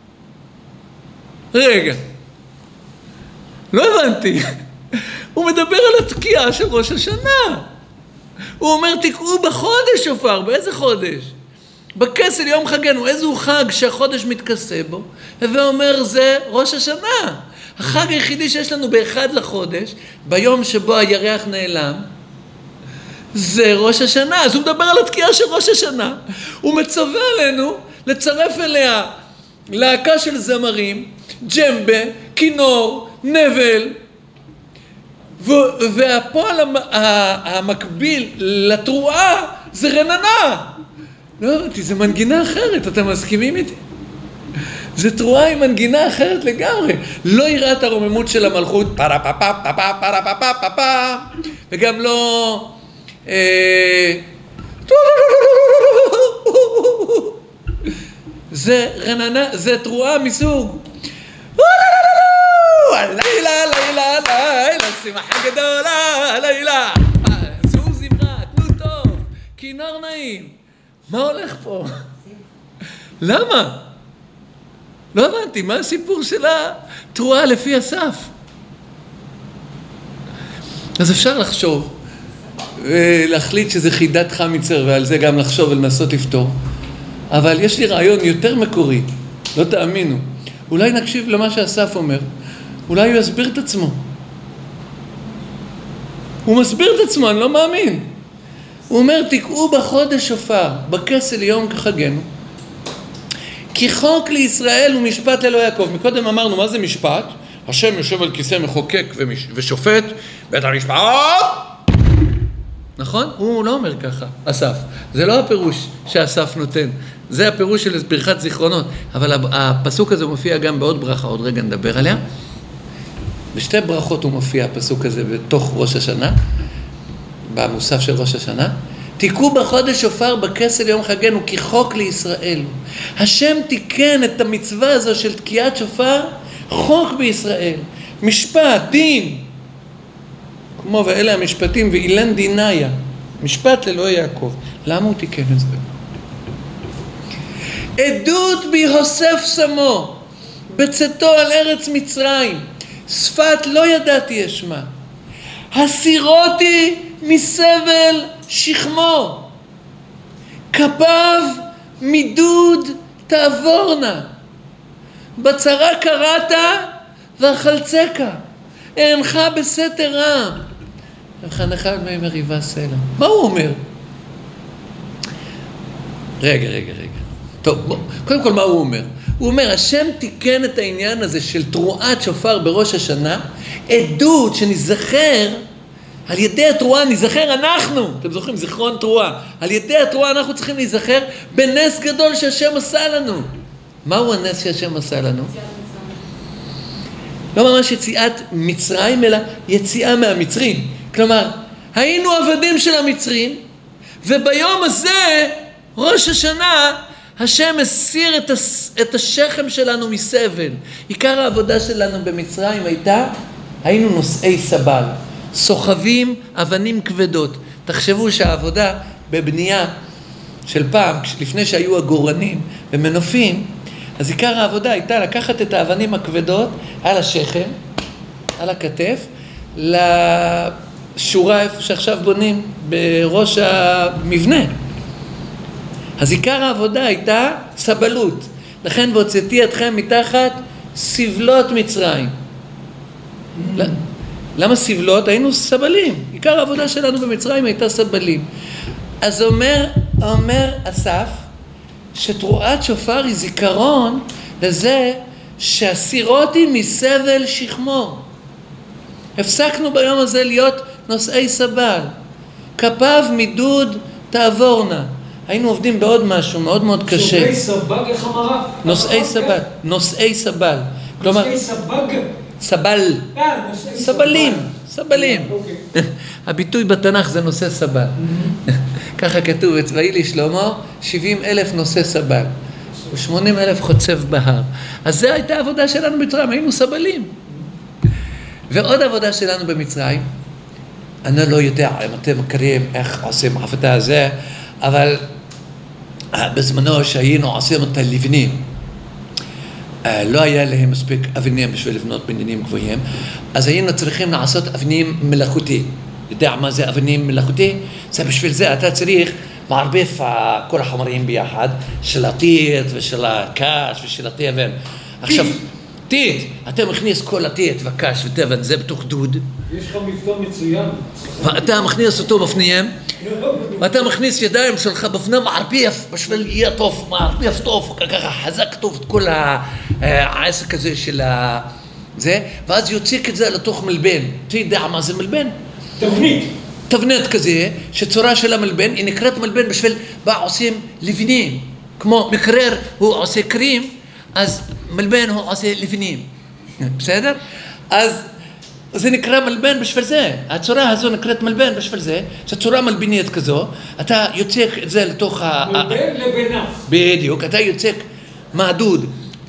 רגע. לא הבנתי. הוא מדבר על התקיעה של ראש השנה. הוא אומר, תקעו בחודש שופר. באיזה חודש? בכסה ליום חגנו. איזו חג שהחודש מתכסה בו? ואומר, זה ראש השנה. החג היחידי שיש לנו באחד לחודש, ביום שבו הירח נעלם, זה ראש השנה. אז הוא מדבר על התקיעה של ראש השנה. הוא מצווה עלינו לצרף אליה להקה של זמרים, ג'מבה, כינור, נבל, והפועל המקביל לתרועה זה רננה. לא הבנתי, זה מנגינה אחרת, אתם מסכימים איתי? זה תרועה עם מנגינה אחרת לגמרי. לא יראת הרוממות של המלכות, פרה פפה פפה פרה פפה פפה, וגם לא זה רננה, זה תרועה מסוג לילה, לילה, לילה, שמחה גדולה, לילה. זו זמרה, תנו טוב, כינור נעים. מה הולך פה? למה? לא הבנתי, מה הסיפור של התרועה לפי אסף? אז אפשר לחשוב, ולהחליט שזה חידת חמיצר, ועל זה גם לחשוב ולנסות לפתור. אבל יש לי רעיון יותר מקורי, לא תאמינו. אולי נקשיב למה שאסף אומר. אולי הוא יסביר את עצמו. הוא מסביר את עצמו, אני לא מאמין. הוא אומר, תקעו בחודש שופר, בכסה ליום כחגנו, כי חוק לישראל ומשפט לאלוהי יעקב. מקודם אמרנו, מה זה משפט? השם יושב על כיסא מחוקק ושופט, בית המשפט נכון? הוא לא אומר ככה, אסף. זה לא הפירוש שאסף נותן, זה הפירוש של ברכת זיכרונות. אבל הפסוק הזה מופיע גם בעוד ברכה, עוד רגע נדבר עליה. בשתי ברכות הוא מופיע, הפסוק הזה, בתוך ראש השנה, במוסף של ראש השנה. תיקו בחודש שופר בכסל יום חגנו, כי חוק לישראל. השם תיקן את המצווה הזו של תקיעת שופר, חוק בישראל. משפט, דין. כמו ואלה המשפטים, ואילן דיניה. משפט לאלוהי יעקב. למה הוא תיקן את זה? עדות ביוסף שמו, בצאתו על ארץ מצרים. שפת לא ידעתי אשמה. הסירותי מסבל שכמו. כפיו מדוד תעבורנה. בצרה קראת ואכלצקה. אינך בסתר רע. וחנך מי מריבה סלע. מה הוא אומר? רגע, רגע, רגע. טוב, בוא. קודם כל מה הוא אומר? הוא אומר, השם תיקן את העניין הזה של תרועת שופר בראש השנה, עדות שנזכר, על ידי התרועה נזכר אנחנו, אתם זוכרים, זיכרון תרועה, על ידי התרועה אנחנו צריכים להיזכר בנס גדול שהשם עשה לנו. מהו הנס שהשם עשה לנו? לא ממש יציאת מצרים, אלא יציאה מהמצרים. כלומר, היינו עבדים של המצרים, וביום הזה, ראש השנה, השם הסיר את, הס... את השכם שלנו מסבל. עיקר העבודה שלנו במצרים הייתה, היינו נושאי סבל, סוחבים אבנים כבדות. תחשבו שהעבודה בבנייה של פעם, לפני שהיו הגורנים ומנופים, אז עיקר העבודה הייתה לקחת את האבנים הכבדות על השכם, על הכתף, לשורה איפה שעכשיו בונים, בראש המבנה. אז עיקר העבודה הייתה סבלות. לכן והוצאתי אתכם מתחת סבלות מצרים. למה סבלות? היינו סבלים. עיקר העבודה שלנו במצרים הייתה סבלים. אז אומר, אומר אסף, שתרועת שופר היא זיכרון לזה שהסירותי מסבל שכמו. הפסקנו ביום הזה להיות נושאי סבל. כפיו מדוד תעבורנה. היינו עובדים בעוד משהו מאוד מאוד קשה. נושאי סבג, איך אמרה? נושאי סבל. נושאי סבל. נושאי סבג? סבל. סבלים. סבלים. הביטוי בתנ"ך זה נושא סבל. ככה כתוב, אצבעי לשלמה, שבעים אלף נושא סבל. ושמונים אלף חוצב בהר. אז זו הייתה העבודה שלנו במצרים, היינו סבלים. ועוד עבודה שלנו במצרים, אני לא יודע אם אתם מכירים איך עושים עבודה הזה, אבל בזמנו שהיינו עושים את הלבנים, לא היה להם מספיק אבנים בשביל לבנות בניינים גבוהים, אז היינו צריכים לעשות אבנים מלאכותי. יודע מה זה אבנים מלאכותי? זה בשביל זה אתה צריך מערבב כל החומרים ביחד, של הטיט ושל הקש ושל התבן. עכשיו, טיט, אתה מכניס כל הטיט והקש ותבן, זה בתוך דוד. יש לך מבטא מצוין. ואתה מכניס אותו בפנים, ואתה מכניס ידיים שלך בפנים מערבב, בשביל יהיה טוב, מערבב טוב, ככה חזק טוב את כל העסק הזה של זה, ואז יוציק את זה לתוך מלבן. אתה יודע מה זה מלבן? תבנית. תבנית כזה, שצורה של המלבן, היא נקראת מלבן בשביל בה עושים לבנים. כמו מקרר הוא עושה קרים, אז מלבן הוא עושה לבנים. בסדר? אז זה נקרא מלבן בשביל זה. הצורה הזו נקראת מלבן בשביל זה. זו צורה מלבנית כזו. אתה יוצק את זה לתוך ה... מלבן לבנה. בדיוק. אתה יוצק מהדוד.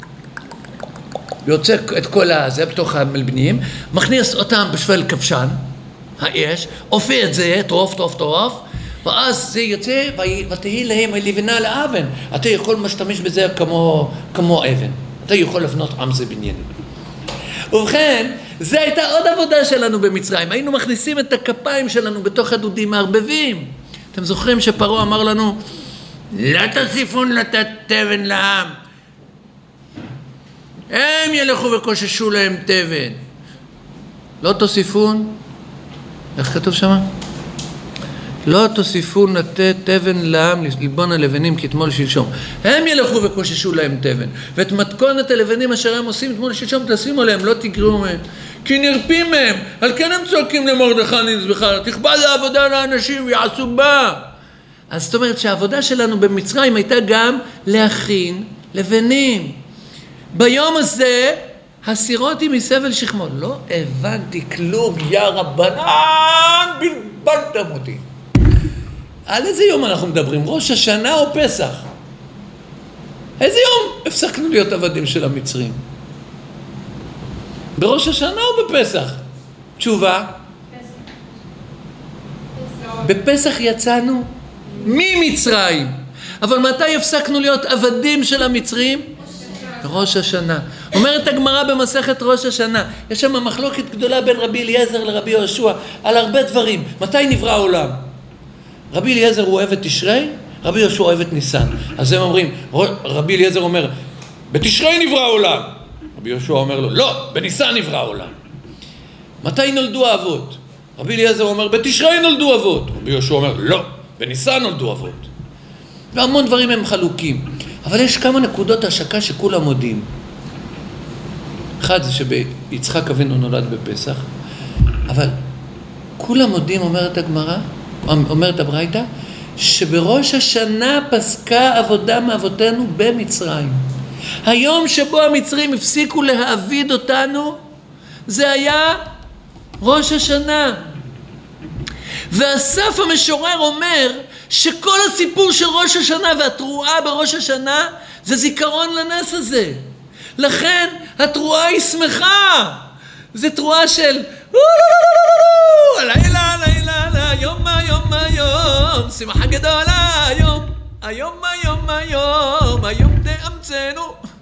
יוצק את כל הזה בתוך המלבנים. מכניס אותם בשביל כבשן. האש. אופה את זה טוב טוב טוב. ואז זה יוצא ותהי להם הלבנה לאבן. אתה יכול להשתמש בזה כמו, כמו אבן. אתה יכול לבנות עם זה בניינים. ובכן, זה הייתה עוד עבודה שלנו במצרים. היינו מכניסים את הכפיים שלנו בתוך הדודים מערבבים. אתם זוכרים שפרעה אמר לנו, לא תוסיפון לתת תבן לעם. הם ילכו וקוששו להם תבן. לא תוסיפון. איך כתוב שמה? לא תוסיפו נטה תבן לעם ללבון הלבנים כתמול שלשום. הם ילכו וקוששו להם תבן, ואת מתכונת הלבנים אשר הם עושים תמול שלשום תשימו עליהם, לא תגרו מהם, כי נרפים מהם. על כן הם צועקים למרדכי נזבחה, תכבה לעבודה לאנשים ויעשו בה. אז זאת אומרת שהעבודה שלנו במצרים הייתה גם להכין לבנים. ביום הזה הסירותי מסבל שכמו. לא הבנתי כלום, יא רבנן, בלבלתם אותי. על איזה יום אנחנו מדברים? ראש השנה או פסח? איזה יום הפסקנו להיות עבדים של המצרים? בראש השנה או בפסח? תשובה? בפסח יצאנו ממצרים. אבל מתי הפסקנו להיות עבדים של המצרים? ראש השנה. אומרת הגמרא במסכת ראש השנה, יש שם מחלוקת גדולה בין רבי אליעזר לרבי יהושע על הרבה דברים. מתי נברא העולם? רבי אליעזר הוא אוהב את תשרי, רבי יהושע אוהב את ניסן. אז הם אומרים, רבי אליעזר אומר, בתשרי נברא העולם. רבי יהושע אומר לו, לא, בניסן נברא העולם. מתי נולדו האבות? רבי אליעזר אומר, בתשרי נולדו אבות. רבי יהושע אומר, לא, בניסן נולדו אבות. והמון דברים הם חלוקים. אבל יש כמה נקודות השקה שכולם מודים. אחד זה שביצחק אבינו נולד בפסח, אבל כולם מודים, אומרת הגמרא, אומרת הברייתא, שבראש השנה פסקה עבודה מאבותינו במצרים. היום שבו המצרים הפסיקו להעביד אותנו, זה היה ראש השנה. ואסף המשורר אומר שכל הסיפור של ראש השנה והתרועה בראש השנה זה זיכרון לנס הזה. לכן התרועה היא שמחה. זה תרועה של הלילה, הלילה, היום, היום, היום, שמחה גדולה היום, היום, היום, היום, היום תאמצנו.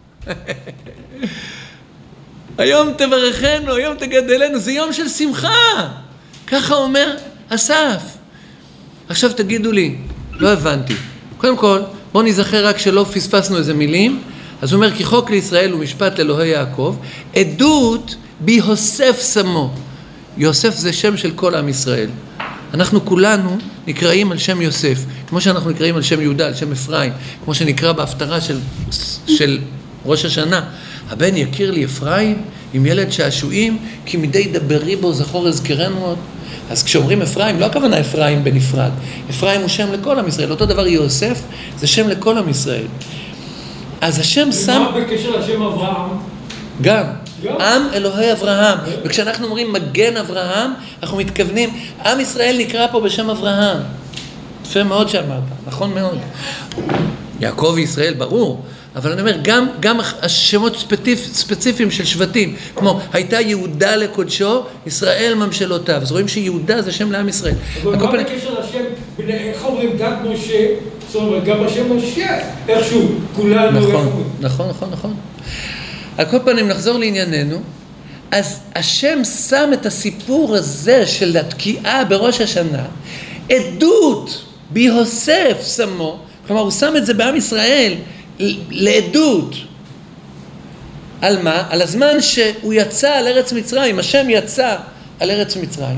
היום תברכנו, היום תגדלנו, זה יום של שמחה. ככה אומר אסף. עכשיו תגידו לי, לא הבנתי. קודם כל, בואו נזכר רק שלא פספסנו איזה מילים. אז הוא אומר, כי חוק לישראל ומשפט לאלוהי יעקב, עדות ביוסף שמו. יוסף זה שם של כל עם ישראל. אנחנו כולנו נקראים על שם יוסף, כמו שאנחנו נקראים על שם יהודה, על שם אפרים, כמו שנקרא בהפטרה של, של ראש השנה. הבן יכיר לי אפרים עם ילד שעשועים, כי מדי דברי בו זכור אזכרנו עוד. אז כשאומרים אפרים, לא הכוונה אפרים בנפרד. אפרים הוא שם לכל עם ישראל. אותו דבר יוסף זה שם לכל עם ישראל. אז השם שם... מה בקשר לשם אברהם? גם. עם אלוהי אברהם. וכשאנחנו אומרים מגן אברהם, אנחנו מתכוונים, עם ישראל נקרא פה בשם אברהם. יפה מאוד שאמרת, נכון מאוד. יעקב וישראל, ברור. אבל אני אומר, גם, גם השמות ספציפ, ספציפיים של שבטים, כמו הייתה יהודה לקודשו, ישראל ממשלותיו. אז רואים שיהודה זה שם לעם ישראל. אבל מה בקשר לשם, איך אומרים דת משה, זאת אומרת, גם השם משה, איכשהו, כולנו... נכון, נכון, נכון, נכון. על כל פנים נחזור לענייננו, אז השם שם את הסיפור הזה של התקיעה בראש השנה, עדות ביוסף שמו, כלומר הוא שם את זה בעם ישראל, לעדות. על מה? על הזמן שהוא יצא על ארץ מצרים, השם יצא על ארץ מצרים.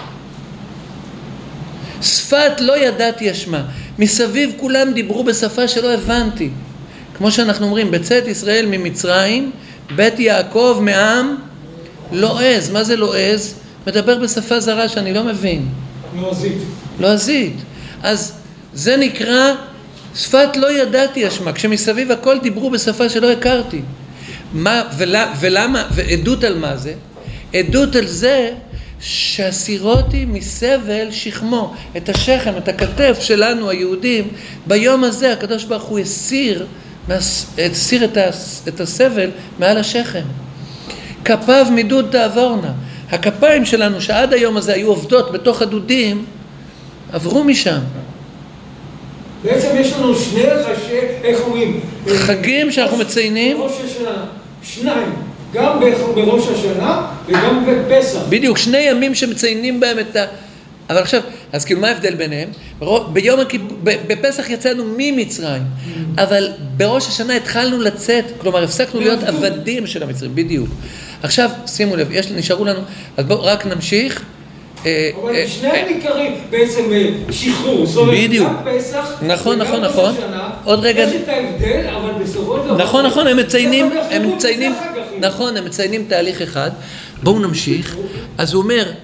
שפת לא ידעתי אשמה, מסביב כולם דיברו בשפה שלא הבנתי. כמו שאנחנו אומרים, בצאת ישראל ממצרים, בית יעקב מעם לועז. מה זה לועז? מדבר בשפה זרה שאני לא מבין. לועזית. לועזית. אז זה נקרא שפת לא ידעתי אשמה, כשמסביב הכל דיברו בשפה שלא הכרתי. מה, ול, ולמה, ועדות על מה זה? עדות על זה שהסירותי מסבל שכמו, את השכם, את הכתף שלנו היהודים, ביום הזה הקדוש ברוך הוא הסיר, הסיר את, את הסבל מעל השכם. כפיו מדוד תעבורנה. הכפיים שלנו שעד היום הזה היו עובדות בתוך הדודים, עברו משם. בעצם יש לנו שני ראשי, איך אומרים? חגים שאנחנו מציינים. בראש השנה, שניים, גם בראש השנה וגם בפסח. בדיוק, שני ימים שמציינים בהם את ה... אבל עכשיו, אז כאילו מה ההבדל ביניהם? ביום הכיפור, בפסח יצאנו ממצרים, אבל בראש השנה התחלנו לצאת, כלומר הפסקנו להיות עבדים של המצרים, בדיוק. עכשיו, שימו לב, יש, נשארו לנו, אז בואו רק נמשיך, אבל שניהם עיקרים בעצם שחרור, זאת אומרת, גם פסח, נכון, נכון, נכון. עוד רגע... יש את ההבדל, אבל בסופו של דבר... נכון, נכון, הם מציינים, הם מציינים, נכון, הם מציינים תהליך אחד. בואו נמשיך. אז הוא אומר,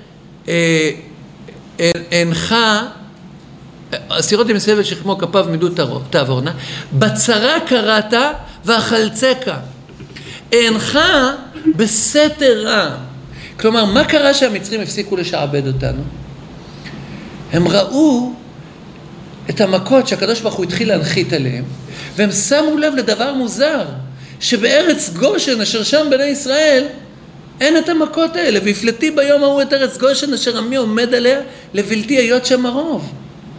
אינך, הסירות עם סבל שכמו כפיו מידות תעבורנה, בצרה קראת ואכלצך, אינך בסתר רע. כלומר, מה קרה שהמצרים הפסיקו לשעבד אותנו? הם ראו את המכות שהקדוש ברוך הוא התחיל להנחית עליהם, והם שמו לב לדבר מוזר, שבארץ גושן אשר שם בני ישראל, אין את המכות האלה, והפלטי ביום ההוא את ארץ גושן אשר עמי עומד עליה, לבלתי היות שם הרוב.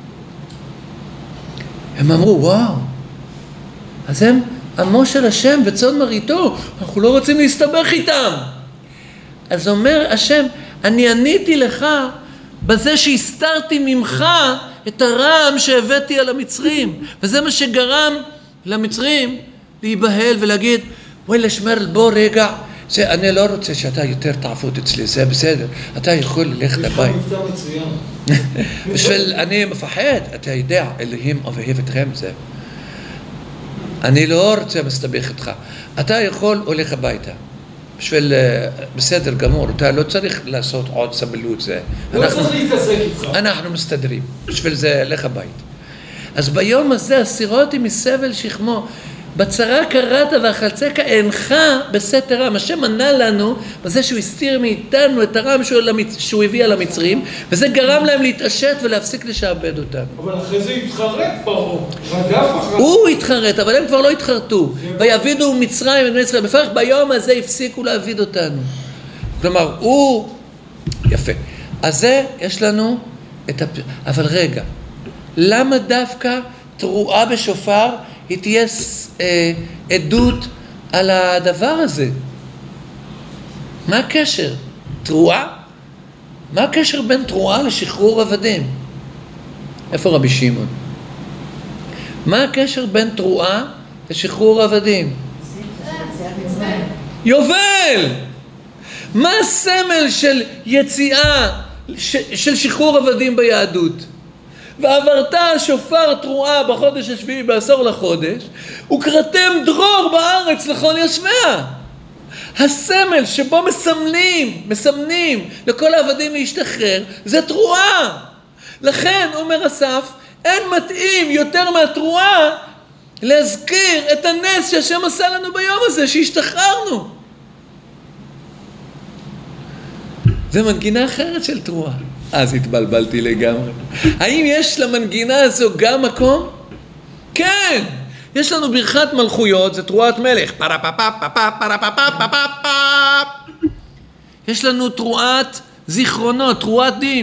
הם אמרו, וואו, אז הם עמו של השם וצאן מרעיתו, אנחנו לא רוצים להסתבך איתם. אז אומר השם, אני עניתי לך בזה שהסתרתי ממך את הרעם שהבאתי על המצרים, וזה מה שגרם למצרים להיבהל ולהגיד, וואי לשמר בוא רגע, זה, אני לא רוצה שאתה יותר תעבוד אצלי, זה בסדר, אתה יכול ללכת לבית. יש לך מבטא מצוין. בשביל, אני מפחד, אתה יודע, אלוהים אוהב אתכם זה. אני לא רוצה מסתבך איתך, אתה יכול הולך הביתה. בשביל, בסדר גמור, אתה לא צריך לעשות עוד סבלות זה. לא צריך להתעסק איתך. אנחנו מסתדרים, בשביל זה לך הבית. אז ביום הזה, הסירות עם מסבל שכמו, בצרה קראת ואכלצך אינך בסתר רע. השם ענה לנו בזה שהוא הסתיר מאיתנו את הרעם שהוא הביא על המצרים, וזה גרם להם להתעשת ולהפסיק לשעבד אותנו. אבל אחרי זה התחרט פרעה, רדף אחריו. הוא התחרט, אבל הם כבר לא התחרטו. ויעבידו מצרים את בני ישראל. בפרח ביום הזה הפסיקו להעביד אותנו. כלומר, הוא... יפה. אז זה יש לנו את הפ... אבל רגע, למה דווקא תרועה בשופר היא תהיה אה, עדות על הדבר הזה? מה הקשר? תרועה? מה הקשר בין תרועה לשחרור עבדים? איפה רבי שמעון? מה הקשר בין תרועה לשחרור עבדים? יובל! מה הסמל של יציאה, ש, של שחרור עבדים ביהדות? ועברת שופר תרועה בחודש השביעי בעשור לחודש, וקראתם דרור בארץ לכל יושביה. הסמל שבו מסמלים, מסמנים לכל העבדים להשתחרר, זה תרועה. לכן, אומר אסף, אין מתאים יותר מהתרועה להזכיר את הנס שהשם עשה לנו ביום הזה, שהשתחררנו. זה מנגינה אחרת של תרועה. אז התבלבלתי לגמרי. האם יש למנגינה הזו גם מקום? כן! יש לנו ברכת מלכויות, זה תרועת מלך. יש לנו תרועת זיכרונות, תרועת דין.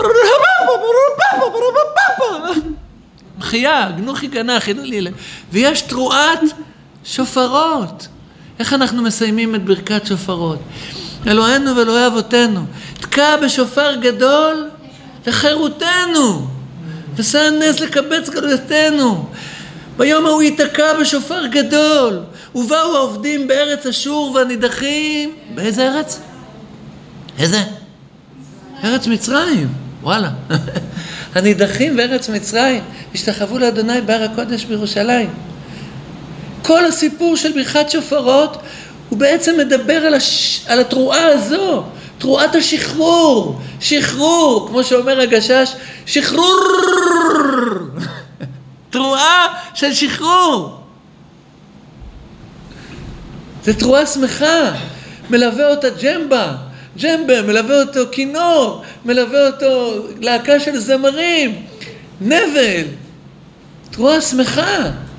חיה, גנוחי גנח, ידעו לי. ויש תרועת שופרות. איך אנחנו מסיימים את ברכת שופרות? אלוהינו ואלוהי אבותינו, תקע בשופר גדול לחירותנו, ושא נס לקבץ גדולתנו. ביום ההוא ייתקע בשופר גדול, ובאו העובדים בארץ אשור והנידחים. באיזה ארץ? איזה? ארץ מצרים. וואלה. הנידחים בארץ מצרים השתחוו לאדוני בהר הקודש בירושלים. כל הסיפור של ברכת שופרות הוא בעצם מדבר על, הש... על התרועה הזו, תרועת השחרור, שחרור, כמו שאומר הגשש, שחרור, תרועה של שחרור. זה תרועה שמחה, מלווה אותה ג'מבה, ג'מבה, מלווה אותו כינור, מלווה אותו להקה של זמרים, נבל, תרועה שמחה.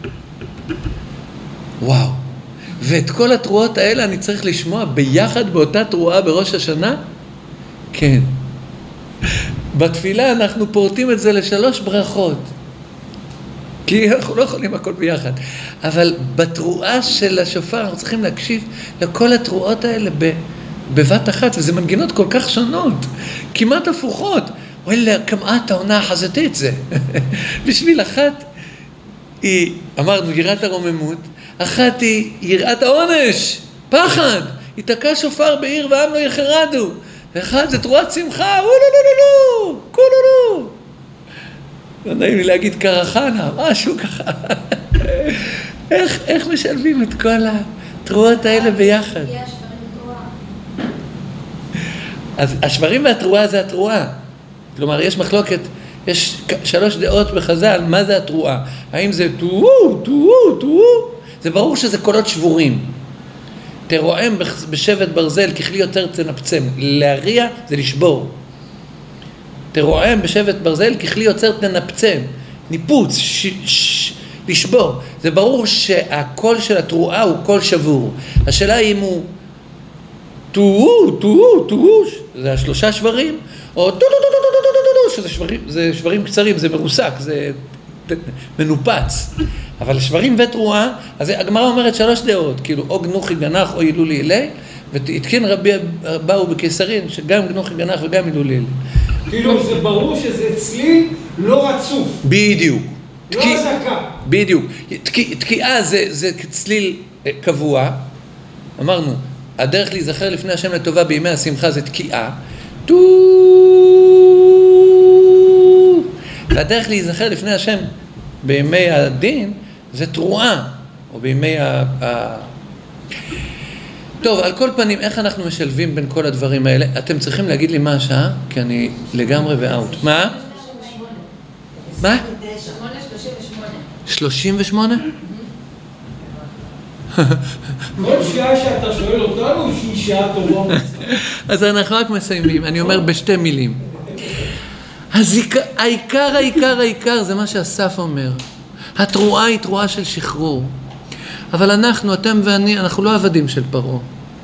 וואו. ואת כל התרועות האלה אני צריך לשמוע ביחד באותה תרועה בראש השנה? כן. בתפילה אנחנו פורטים את זה לשלוש ברכות. כי אנחנו לא יכולים הכל ביחד. אבל בתרועה של השופר אנחנו צריכים להקשיב לכל התרועות האלה בבת אחת, וזה מנגינות כל כך שונות, כמעט הפוכות. וואלה, כמעט העונה החזתית זה. בשביל אחת, היא, אמרנו, יראת הרוממות, אחת היא יראת העונש, פחד, יתקע שופר בעיר ועם לא יחרדו. ואחד זה תרועת שמחה, אולו לא לא לא, כולו לא. לא נעים לי להגיד קרחנה, משהו ככה. איך, איך משלבים את כל התרועות האלה ביחד? אז השברים והתרועה זה התרועה. כלומר, יש מחלוקת, יש שלוש דעות בחז"ל, מה זה התרועה? האם זה תוהו, תוהו, תוהו? זה ברור שזה קולות שבורים. תרועם בשבט ברזל, ככלי יותר תנפצם. להריע זה לשבור. תרועם בשבט ברזל, ככלי יותר תנפצם. ניפוץ, ש, ש, לשבור. זה ברור שהקול של התרועה הוא קול שבור. השאלה היא אם הוא תוהו, תוהו, תוהו, זה השלושה שברים, או תו תו תו תו תו תו תו, שזה שברים, זה שברים קצרים, זה מרוסק, זה מנופץ. אבל שברים ותרועה, אז הגמרא אומרת שלוש דעות, כאילו או גנוחי גנח או הילולי אלי, והתקין רבי באו בקיסרין, שגם גנוחי גנח וגם הילולי אלי. כאילו זה ברור שזה צליל לא רצוף. בדיוק. לא הזקה. בדיוק. תקיעה זה, זה צליל קבוע, אמרנו, הדרך להיזכר לפני השם לטובה בימי השמחה זה תקיעה, טו, והדרך להיזכר לפני השם בימי הדין זה תרועה, או בימי ה... ה... טוב, על כל פנים, איך אנחנו משלבים בין כל הדברים האלה? אתם צריכים להגיד לי מה השעה, כי אני לגמרי באוט. מה? מה? שלושים ושמונה? כל שעה שאתה שואל אותנו שהיא שעה טובה. אז אנחנו רק מסיימים, אני אומר בשתי מילים. העיקר, העיקר, העיקר זה מה שאסף אומר. התרועה היא תרועה של שחרור. אבל אנחנו, אתם ואני, אנחנו לא עבדים של פרעה.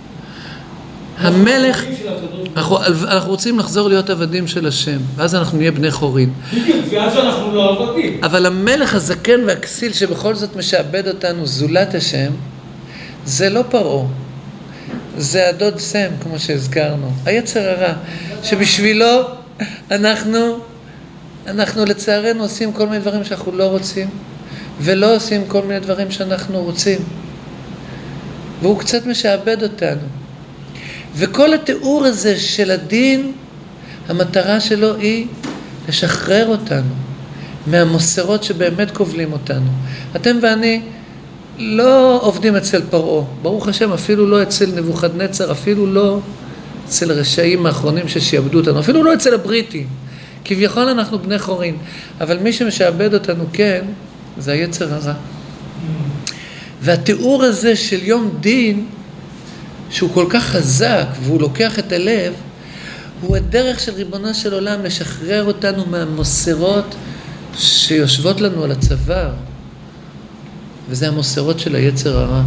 המלך, אנחנו, אנחנו רוצים לחזור להיות עבדים של השם, ואז אנחנו נהיה בני חורין. בדיוק, ואז אנחנו לא עבדים. אבל המלך הזקן והכסיל שבכל זאת משעבד אותנו זולת השם, זה לא פרעה. זה הדוד סם, כמו שהזכרנו. היצר הרע, שבשבילו אנחנו, אנחנו לצערנו עושים כל מיני דברים שאנחנו לא רוצים, ולא עושים כל מיני דברים שאנחנו רוצים. והוא קצת משעבד אותנו. וכל התיאור הזה של הדין, המטרה שלו היא לשחרר אותנו מהמוסרות שבאמת כובלים אותנו. אתם ואני לא עובדים אצל פרעה, ברוך השם, אפילו לא אצל נבוכדנצר, אפילו לא אצל הרשעים האחרונים ששיעבדו אותנו, אפילו לא אצל הבריטים. כביכול אנחנו בני חורין, אבל מי שמשעבד אותנו כן, זה היצר הרע. והתיאור הזה של יום דין, שהוא כל כך חזק והוא לוקח את הלב, הוא הדרך של ריבונו של עולם לשחרר אותנו מהמוסרות שיושבות לנו על הצוואר, וזה המוסרות של היצר הרע.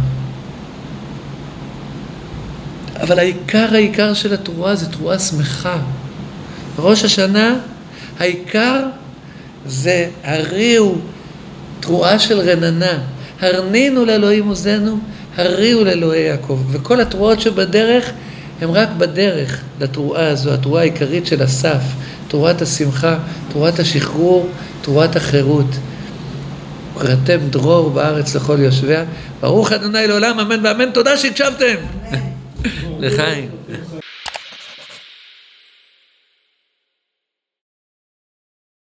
אבל העיקר העיקר של התרועה זה תרועה שמחה. ראש השנה העיקר זה הריעו, תרועה של רננה, הרנינו לאלוהים עוזנו, הריעו לאלוהי יעקב. וכל התרועות שבדרך הם רק בדרך לתרועה הזו, התרועה העיקרית של אסף, תרועת השמחה, תרועת השחרור, תרועת החירות. וקראתם דרור בארץ לכל יושביה, ברוך ה' לעולם, אמן ואמן. תודה שהקשבתם. לחיים.